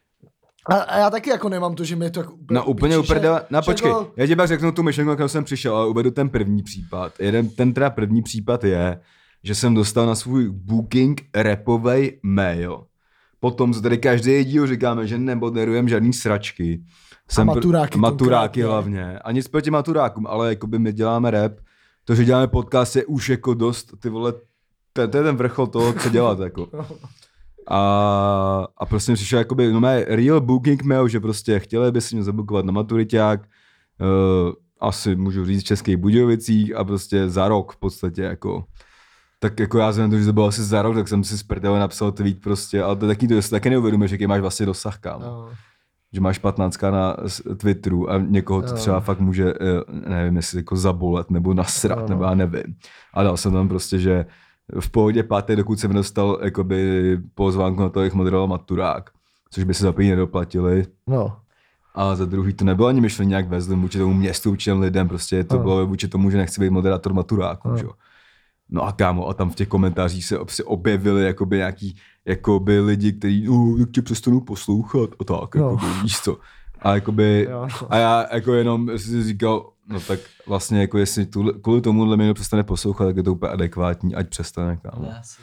A, a já taky jako nemám to, že mi je to jako úplně... No úplně piči, že- uprdele, no že počkej, jako- já ti pak řeknu tu myšlenku, jak jsem přišel, ale uvedu ten první případ. Jeden, ten teda první případ je, že jsem dostal na svůj booking rapovej mail. Potom, co tady každý díl říkáme, že nemoderujeme žádný sračky. Jsem pr- maturáky Maturáky konkrétně. hlavně. A nic proti maturákům, ale jakoby my děláme rap. To, že děláme podcast je už jako dost, ty vole, to, to je ten vrchol toho, co dělat, jako. A, a prostě mi přišel jakoby, no mé real booking mail, že prostě chtěli by si mě zabukovat na maturiťák, uh, asi můžu říct v Českých Budějovicích a prostě za rok v podstatě jako. Tak jako já jsem to, že to bylo asi za rok, tak jsem si z prdele napsal tweet prostě, ale to taky to si taky neuvědomuješ, jaký máš vlastně dosah, kámo. No. Že máš patnáct na s- Twitteru a někoho to Jo. třeba fakt může, eh, nevím, jestli jako zabolet nebo nasrat, Jo. nebo já nevím. A dal jsem tam prostě, že v pohodě páté, dokud jsem dostal jakoby pozvánku na to, jak moderoval maturák, což by se za první nedoplatili. no. A za druhý to nebylo ani myšlení nějak ve zlém vůči tomu městu, vůči těm lidem, prostě to No. bylo vůči tomu, že nechci být moderátor maturáku, No. že jo. No a kámo, a tam v těch komentářích se obsi objevili jakoby nějaký jakoby lidi, kteří, no, jak tě přestanu poslouchat a tak, No. jakoby, víš co. A jakoby, Jo, no. a já jako jenom si říkal, no tak vlastně jako jestli tuhle, kvůli tomuhle mě přestane poslouchat, tak je to úplně adekvátní, ať přestane, kámo. Já si-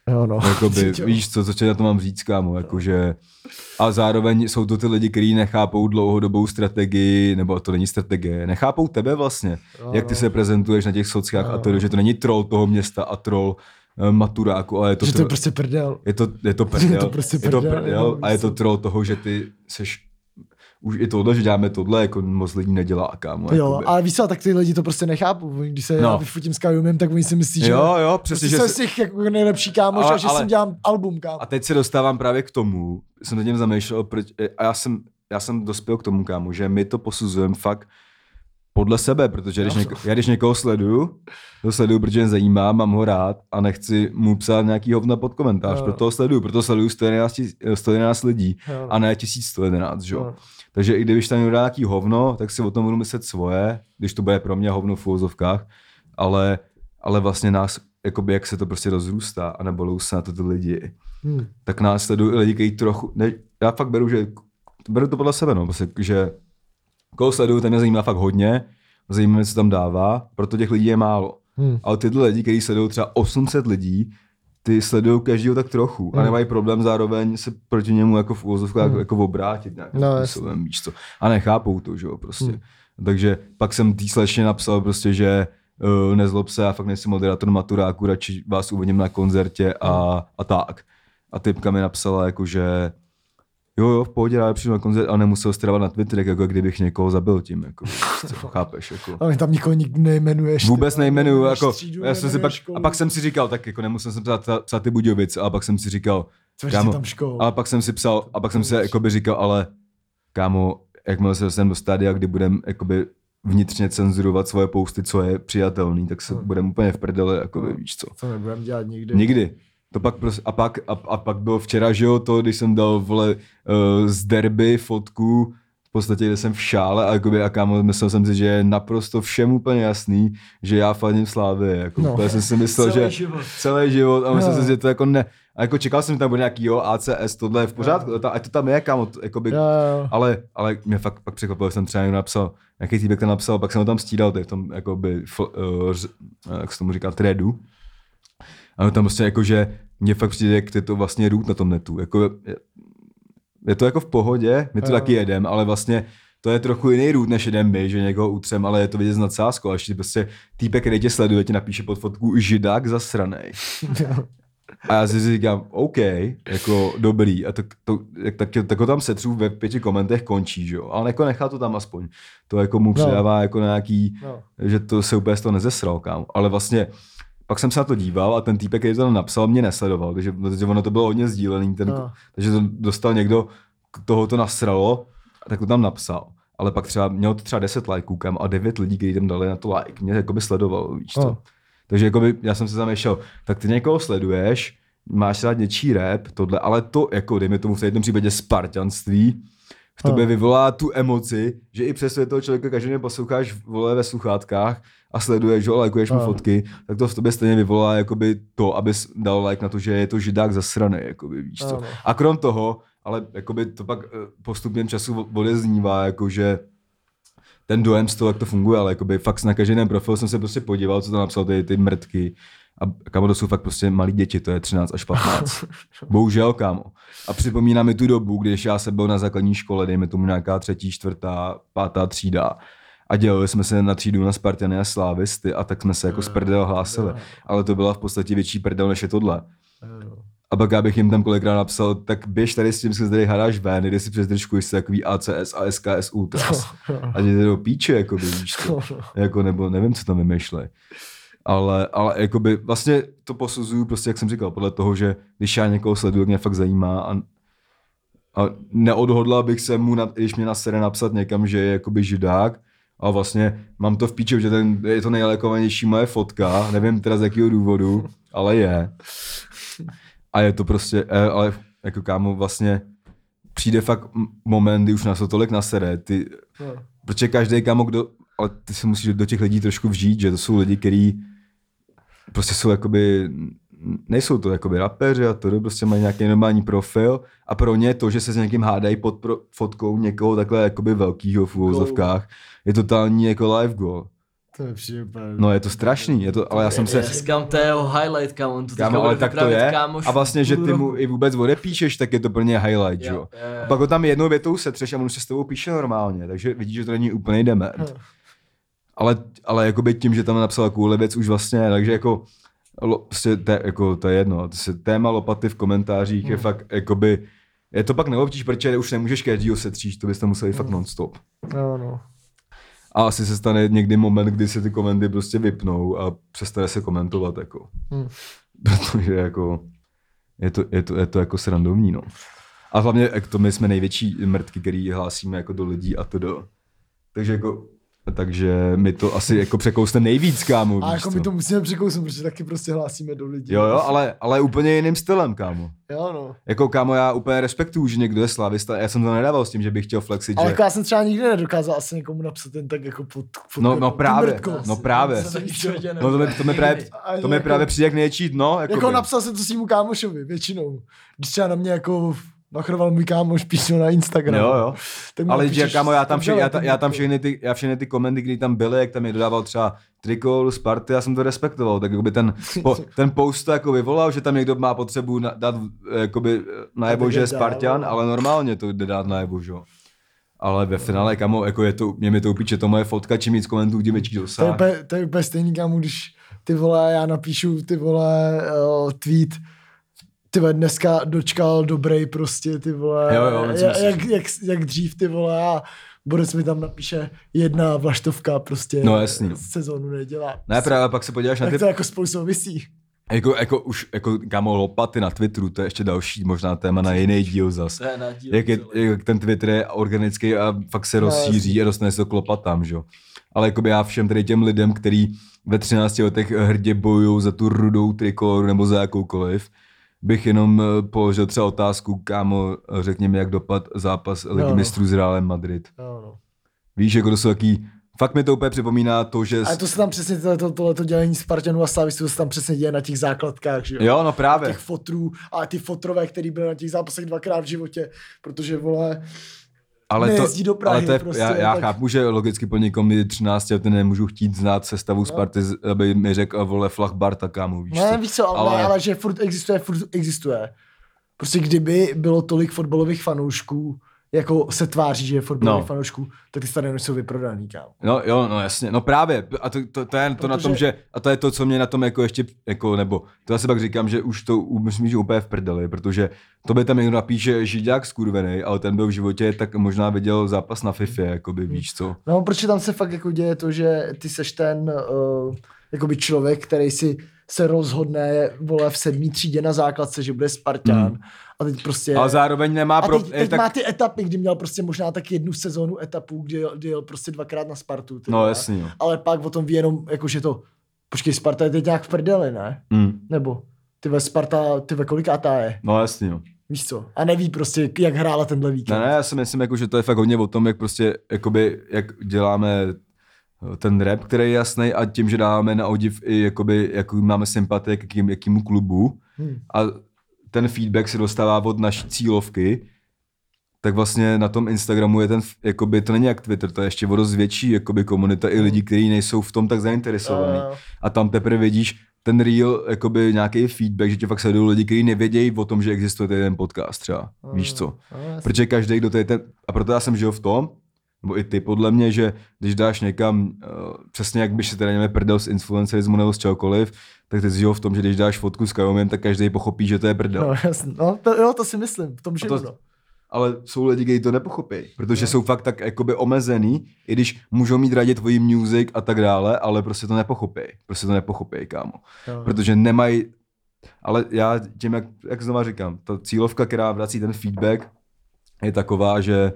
Jo, no. Jakoby, víš co, co tě na to mám říct, kámo, jakože... A zároveň jsou to ty lidi, kteří nechápou dlouhodobou strategii, nebo to není strategie, nechápou tebe vlastně, jo, jak ty se prezentuješ na těch sociách jo. A to, že to není troll toho města a troll uh, maturáku, ale je to... Že tro... to je prostě prdel. Je to, je to prdel, je to, prostě prdel, prdel, je to prdel a je to troll toho, že ty seš... Už i tohle, že děláme tohle, jako moc lidí nedělá, kámo. Jo, jakoby. ale víš co, tak ty lidi to prostě nechápou. Když se no. já vyfotím s Kajumem, tak oni si myslí, že jo, jo, přesně, prostě že jsem z těch jako nejlepší kámoš ale, a že ale... jsem dělám album, kámo. A teď se dostávám právě k tomu, jsem nad tím zamýšlel, proč, a já jsem, já jsem dospěl k tomu, kámo, že my to posuzujeme fakt podle sebe, protože když něko, já když někoho sleduju, to sleduju, protože mě zajímá, mám ho rád a nechci mu psát nějaký hovna pod komentář, jo. Proto ho sleduju, proto sleduju sto jedenáct lidí jo. A ne tisíc sto jedenáct, jo. Jo. Takže i když tam dá nějaký hovno, tak si o tom budu myslet svoje, když to bude pro mě hovno v úvozovkách, ale, ale vlastně nás, jakoby jak se to prostě rozrůstá a nebolou se na to ty lidi, hmm. tak nás sledují lidi, kteří trochu, ne, já fakt beru, že beru to podle sebe, no, prostě, že koho sleduju, ten mě zajímá fakt hodně, zajímá mě, co tam dává, proto těch lidí je málo. Hmm. Ale tyhle lidi, kteří sledují třeba osm set lidí, ty sledují každýho tak trochu hmm. a nemají problém zároveň se proti němu jako v úvozovkách hmm. jako obrátit nějakým no, způsobem, víš co. A nechápou to, že jo, prostě. Hmm. Takže pak jsem tý slečně napsal prostě, že uh, nezlob se, já fakt nejsem moderátor maturáku, radši vás uvidím na koncertě a, a tak. A typka mi napsala jako, že jo, jo, v pohodě, já přijdu na koncert a nemusel strávať na Twitterek, jako kdybych někoho zabil tím, jako, co, chápeš, jako. Ale tam nikoho nikdy nejmenuješ. Vůbec ty, nejmenuju, jako, já jsem si pak, a pak jsem si říkal, tak jako nemusel jsem psát, psát ty Budějovice, a pak jsem si říkal, kámo, tam školu. A pak jsem si psal, a pak jsem si jakoby říkal, ale kámo, jakmile se dostaneme do stádia, kdy budem jakoby vnitřně cenzurovat svoje posty, co je přijatelný, tak se hmm. budeme úplně v prdeli, jakoby, víš co. To nebudeme dělat nikdy. Nikdy. To pak prostě, a pak, a, a pak bylo včera, že jo, to, když jsem dal, vole, uh, z derby fotku, v podstatě, kde jsem v šále a, jakoby, a kámo, myslel jsem si, že je naprosto všem úplně jasný, že já fandím Slávy, jako, no. Úplně jsem si myslel, celý že život. celý život a myslel no. jsem si, že to jako ne, a jako čekal jsem, že tam bude nějaký, jo, A C S, tohle je v pořádku, no. ať to tam je, kámo, to, jakoby, no, no. ale, ale mě fakt pak překvapilo, že jsem třeba někdo napsal, nějaký týbek tam napsal, pak jsem ho tam stídal, tady v tom, jakoby, f, uh, jak se tomu říká, threadu, a tam prostě jako, že mně fakt přijde, jak je to vlastně root na tom netu. Jako, je, je to jako v pohodě, my to taky jedem, ale vlastně to je trochu jiný root, než jedem my, že někoho utřem, ale je to vidět s nadsázkou. A ještě prostě týpek, který tě sleduje, ti napíše pod fotku židák zasranej. A já si říkám, OK, jako dobrý. A tak, to, tak, tak ho tam setřu ve pěti komentech končí, že jo. Ale jako nechá to tam aspoň. To jako mu předává no. jako nějaký, no. že to se úplně z toho nezesral, kámo. Ale vlastně pak jsem se na to díval a ten týpek, který to tam napsal, mě nesledoval, takže, takže ono to bylo hodně sdílený, ten, no. takže to dostal někdo, toho to nasralo, tak to tam napsal. Ale pak třeba mělo to třeba deset lajků kam a devět lidí, kteří tam dali na to like, mě jakoby sledovalo, víš co. No. Takže jakoby, já jsem se zamýšlel, tak ty někoho sleduješ, máš rád něčí rap, tohle, ale to, jako dejme tomu v tom případě spartanství, v tobě no. vyvolá tu emoci, že i přesto je toho člověka každý den posloucháš vole ve sluchátkách a sleduješ ho, lajkuješ mu fotky, tak to v tobě stejně vyvolá jakoby to, abys dal like na to, že je to židák zasraný, jakoby, víš co. A krom toho, ale jakoby to pak postupným času odeznívá, jakože ten dojem z toho, jak to funguje, ale jakoby fakt na každý den profil jsem se prostě podíval, co tam napsal ty, ty mrtky. A kámo, to jsou fakt prostě malí děti, to je třináct až patnáct. Bohužel, kámo. A připomíná mi tu dobu, když já jsem byl na základní škole, dejme tomu nějaká třetí, čtvrtá, pátá třída. A dělali jsme se na třídu na Spartany a Slávisty a tak jsme se jako z prdel hlásili. Ale to byla v podstatě větší prdel, než je tohle. A pak já bych jim tam kolikrát napsal, tak běž tady s tím, že tady hráš ven, jde si přes držku, jsi takový A C S a S K S Ultras. A jde do píče, jako víš to. Jako, nebo nevím, co tam vymýšlej. Ale, ale jakoby vlastně to posuzuju prostě, jak jsem říkal, podle toho, že když já někoho sleduju, mě fakt zajímá a, a neodhodlal bych se mu, na, když mě nasere napsat někam, že je jakoby židák a vlastně mám to v píči, že ten, je to nejlajkovanější moje fotka, nevím teda z jakého důvodu, ale je. A je to prostě, ale jako kámo vlastně přijde fakt moment, kdy už nás to tolik nasere, ty, protože každý kámo, kdo, ale ty se musíš do těch lidí trošku vžít, že to jsou lidi, kteří prostě jsou jakoby, nejsou to jakoby rapeři a to prostě mají nějaký normální profil a pro ně to, že se s někým hádají pod pro, fotkou někoho takhle jakoby velkýho v uvozovkách, je totální jako live goal. To je přijde úplně... No je to strašný, je to, ale já jsem se... Já si říkám, to je jeho highlight, kámo, on to teďka Kámo, ale bude tak to vyprávět, je. kámoš, A vlastně, že půl ty roku. mu i vůbec odepíšeš, tak je to pro ně highlight, jo. Jo, jo, jo. A pak ho tam jednou větou setřeš a on se s tebou píše normálně, takže vidíš, že to není úplný dement. Ale, ale jakoby tím, že tam napsal takovou věc už vlastně, takže jako, lo, prostě te, jako to je jedno, to se, téma lopaty v komentářích hmm. je fakt, jakoby, je to pak neobtíž, protože už nemůžeš každýho setříš, to bys tam museli hmm. fakt non-stop. No, no. A asi se stane někdy moment, kdy se ty komenty prostě vypnou a přestane se komentovat, jako. Hmm. Protože jako, je to, je to, je to jako srandovní, no. A hlavně, jak to my jsme největší mrtky, který hlásíme jako do lidí a to do. Takže jako, takže my to asi jako překousne nejvíc, kámo. A jako my to musíme překousnout, protože taky prostě hlásíme do lidí. Jo, jo, ale, ale úplně jiným stylem, kámo. Jo, no. Jako, kámo, já úplně respektuju, že někdo je slávista, já jsem to nedával s tím, že bych chtěl flexit, ale že... jako já jsem třeba nikdy nedokázal asi někomu napsat jen tak jako pod... pod no, no právě, mrtko. no právě. No to mi, to mi právě, to mi jako, právě přijde jak nejčí dno. Jako, jako napsal jsem to svýmu kámošovi, většinou. Když třeba na mě jako machroval můj kámoš, píšel na Instagram. Jo, jo. Ale že kámo, já tam, vše, já, ta, já tam všechny ty, já všechny ty komenty, které tam byly, jak tam je dodával třeba Trikol, Sparty, já jsem to respektoval, tak jakoby ten, po, ten post to jako vyvolal, že tam někdo má potřebu na, dát jakoby najevo, že je Spartan, ale normálně to jde dát najevo, že jo. Ale ve finále, kamo, jako je to, mě mi to upíče, to moje fotka, čím víc komentů, tím větší dosah. To je úplně, to je úplně stejný, kamo, když ty vole, já napíšu ty vole uh, tweet, ty vole, dneska dočkal dobrý prostě, ty vole, jo, jo, jak, jak, jak, jak dřív, ty vole, a Borec mi tam napíše jedna vlaštovka prostě no, jasný. sezónu nedělá. Ne, právě pak se podíváš na ty... Tak to jako spolu souvisí. Jako, jako už, jako kámo, lopaty na Twitteru, to je ještě další možná téma na jiný díl zas. Díl jak, je, jak ten Twitter je organický a fakt se rozšíří a dostane se to k lopatám, že jo. Ale jakoby já všem tady těm lidem, který ve třinácti letech hrdě bojují za tu rudou trikoloru nebo za jakoukoliv, bych jenom položil třeba otázku, kámo, řekni mi, jak dopad zápas Ligy no, no. mistrů s Realem Madrid. No, no. Víš, jako to jsou taký, fakt mi to úplně připomíná to, že... Ale to se tam přesně, tohleto, tohleto dělení Spartanů a Slávistů, to se tam přesně děje na těch základkách, že jo? Jo, no právě. Těch fotrů a ty fotrové, který byly na těch zápasech dvakrát v životě, protože, vole, ale nejezdí to, do Prahy. Ale to je, prostě, já, já tak... chápu, že logicky po někom třinácti letý nemůžu chtít znát sestavu no. Sparty, aby mi řekl, vole, Flach Barta, kámo, víš ne, co? víš co, ale, ale... Ne, ale že furt existuje, furt existuje. Prostě kdyby bylo tolik fotbalových fanoušků, jako se tváří, že je fotbalových no. fanoušků, tak ty stadiony jsou vyprodaný, kámo. No jo, no jasně, no právě, a to, to, to je to Protože... na tom, že, a to je to, co mě na tom jako ještě, jako, nebo, to já si pak říkám, že už to myslím, že úplně v prdeli, protože to by tam někdo napíše židák skurvenej, ale ten byl v životě, tak možná viděl zápas na FIFA, jakoby, víš co. No, protože tam se fakt jako děje to, že ty seš ten, uh, jakoby člověk, který si se rozhodne, vole, v sedmý třídě na základce, že bude Spartan. Hmm. A teď prostě... Ale zároveň nemá... A pro... teď, teď tak... má ty etapy, kdy měl prostě možná tak jednu sezónu etapu, kdy jel, kdy jel prostě dvakrát na Spartu. Teda. No jasný. Jo. Ale pak o tom ví jenom, jakože to... Počkej, Sparta je teď nějak v prdeli, ne? Hmm. Nebo ty ve Sparta, ty ve kolikátá je? No jasný, jo. Víš co? A neví prostě, jak hrála tenhle víkend. Ne, ne, já si myslím, jako, že to je fakt hodně o tom, jak prostě, jakoby, jak děláme ten rap, který je jasný, a tím, že dáváme na odiv i jakoby, jaký máme sympatie k jakým, jakýmu klubu hmm. a ten feedback se dostává od naší cílovky, tak vlastně na tom Instagramu je ten, jakoby, to není jak Twitter, to je ještě o dost větší jakoby, komunita i lidí, kteří nejsou v tom tak zainteresovaní. Uh. A tam teprve vidíš ten real, jakoby nějaký feedback, že tě fakt sledují lidi, kteří nevědějí o tom, že existuje ten podcast třeba, uh. víš co. Uh. Protože každý, kdo to je ten, a proto já jsem žil v tom, nebo i ty podle mě, že když dáš někam, uh, přesně jak byš se teda něme prdel s influencerismu nebo s čehokoliv, tak ty jsi žil v tom, že když dáš fotku s Kajomem, tak každý pochopí, že to je prdel. No jasně, no to, jo, to si myslím, v tom žiju, to, ale jsou lidi, kteří to nepochopí, protože no. jsou fakt tak jakoby omezený, i když můžou mít rádi tvojí music a tak dále, ale prostě to nepochopí, prostě to nepochopí, kámo. No. Protože nemají, ale já tím, jak, jak znova říkám, ta cílovka, která vrací ten feedback, je taková, že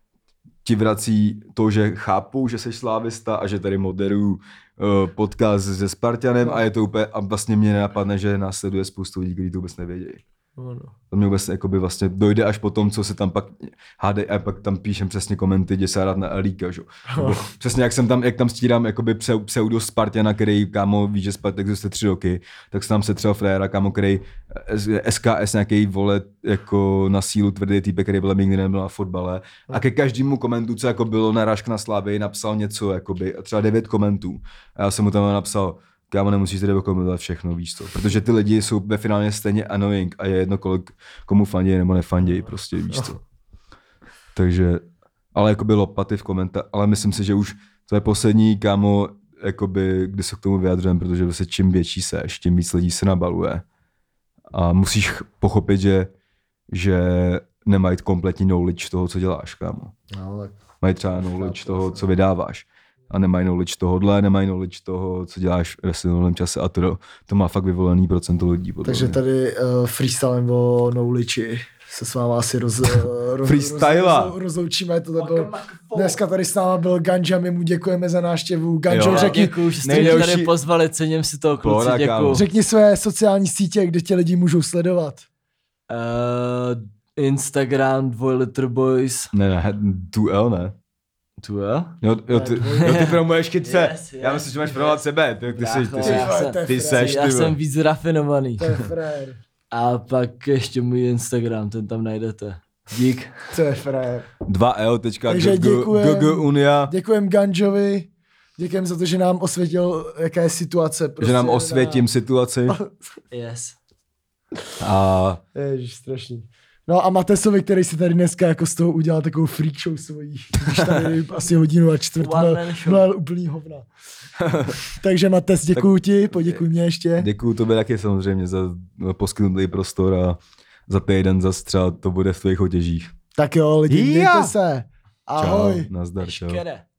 ti vrací to, že chápou, že jsi slávista a že tady moderuju uh, podcast se Spartanem no. a je to úplně, a vlastně mě nenapadne, že následuje spoustu lidí, kteří to vůbec nevědějí. Ano. To mě vůbec jakoby vlastně dojde až po tom, co se tam pak hádej a pak tam píšem přesně komenty, jde se rád na Elíka, že? Nebo přesně jak jsem tam, jak tam stírám jakoby pseudo Spartana, který kámo ví, že Spartak existuje tři roky, tak se tam setřel fréra, kámo, který S K S nějaký vole jako na sílu tvrdý týpek, který byl nikdy nebyl na fotbale a ke každému komentu, co jako bylo narážka na Slávy, napsal něco, jakoby, třeba devět komentů a já jsem mu tam napsal, kámo, nemusíš tady komentovat všechno, víš co, protože ty lidi jsou ve finále stejně annoying a je jedno, kolik, komu fandějí nebo nefandějí, prostě, víš co. Takže, ale jako bylo paty v komentáři, ale myslím si, že už to je poslední, kámo, jakoby, kdy se k tomu vyjadřujeme, protože vlastně čím větší seš, tím víc lidí se nabaluje a musíš pochopit, že, že nemají kompletní knowledge toho, co děláš, kámo. No, tak. Mají třeba knowledge toho, co vydáváš. A nemají knowledge tohohle, nemají knowledge toho, co děláš v reálném čase a to, to má fakt vyvolený procento lidí. Takže mě. tady uh, freestyle nebo knowledge se s váma asi roz, roz, Freestyla. roz, roz, rozloučíme. To byl, dneska tady s náma byl Ganja, my mu děkujeme za návštěvu. Ganjo, Jo. řekni, Děkuju, že jste mě nejdelší- tady pozvali, cením si toho kluci, Pohoda, kámo. děkuju. řekni své sociální sítě, kde tě lidi můžou sledovat. Uh, Instagram, dvojlitr boys. Ne, ne, tu L ne. Tu jo? Jo, jo, ty, jo, ty promuješ chytře. Yes, yes, Já myslím, že máš promovat sebe. Ty, ty, jsi, ty, Brácho, jsi, já jsem- to je ty frér. seš, Já ty jsem vole. víc rafinovaný. To je frér. A pak ještě můj Instagram, ten tam najdete. Dík. To je frér. dva L tečka Takže děkujem. G G Unia. Děkujem Ganjovi. Děkujem za to, že nám osvětlil, jaká je situace. Prostě Že nám osvětím situaci. Yes. A Ježiš, strašný. No a Matesovi, který si tady dneska jako z toho udělal takovou freak show svojí. Když tady asi hodinu a čtvrt One měl, man show. měl úplný hovna. Takže Mates, děkuju ti, poděkuj mě ještě. děkuju tobě taky samozřejmě za poskytnutý prostor a za týden zase třeba to bude v tvých otěžích. Tak jo, lidi, Ja. mějte se. Ahoj. Čau, nazdar, čau. Škere.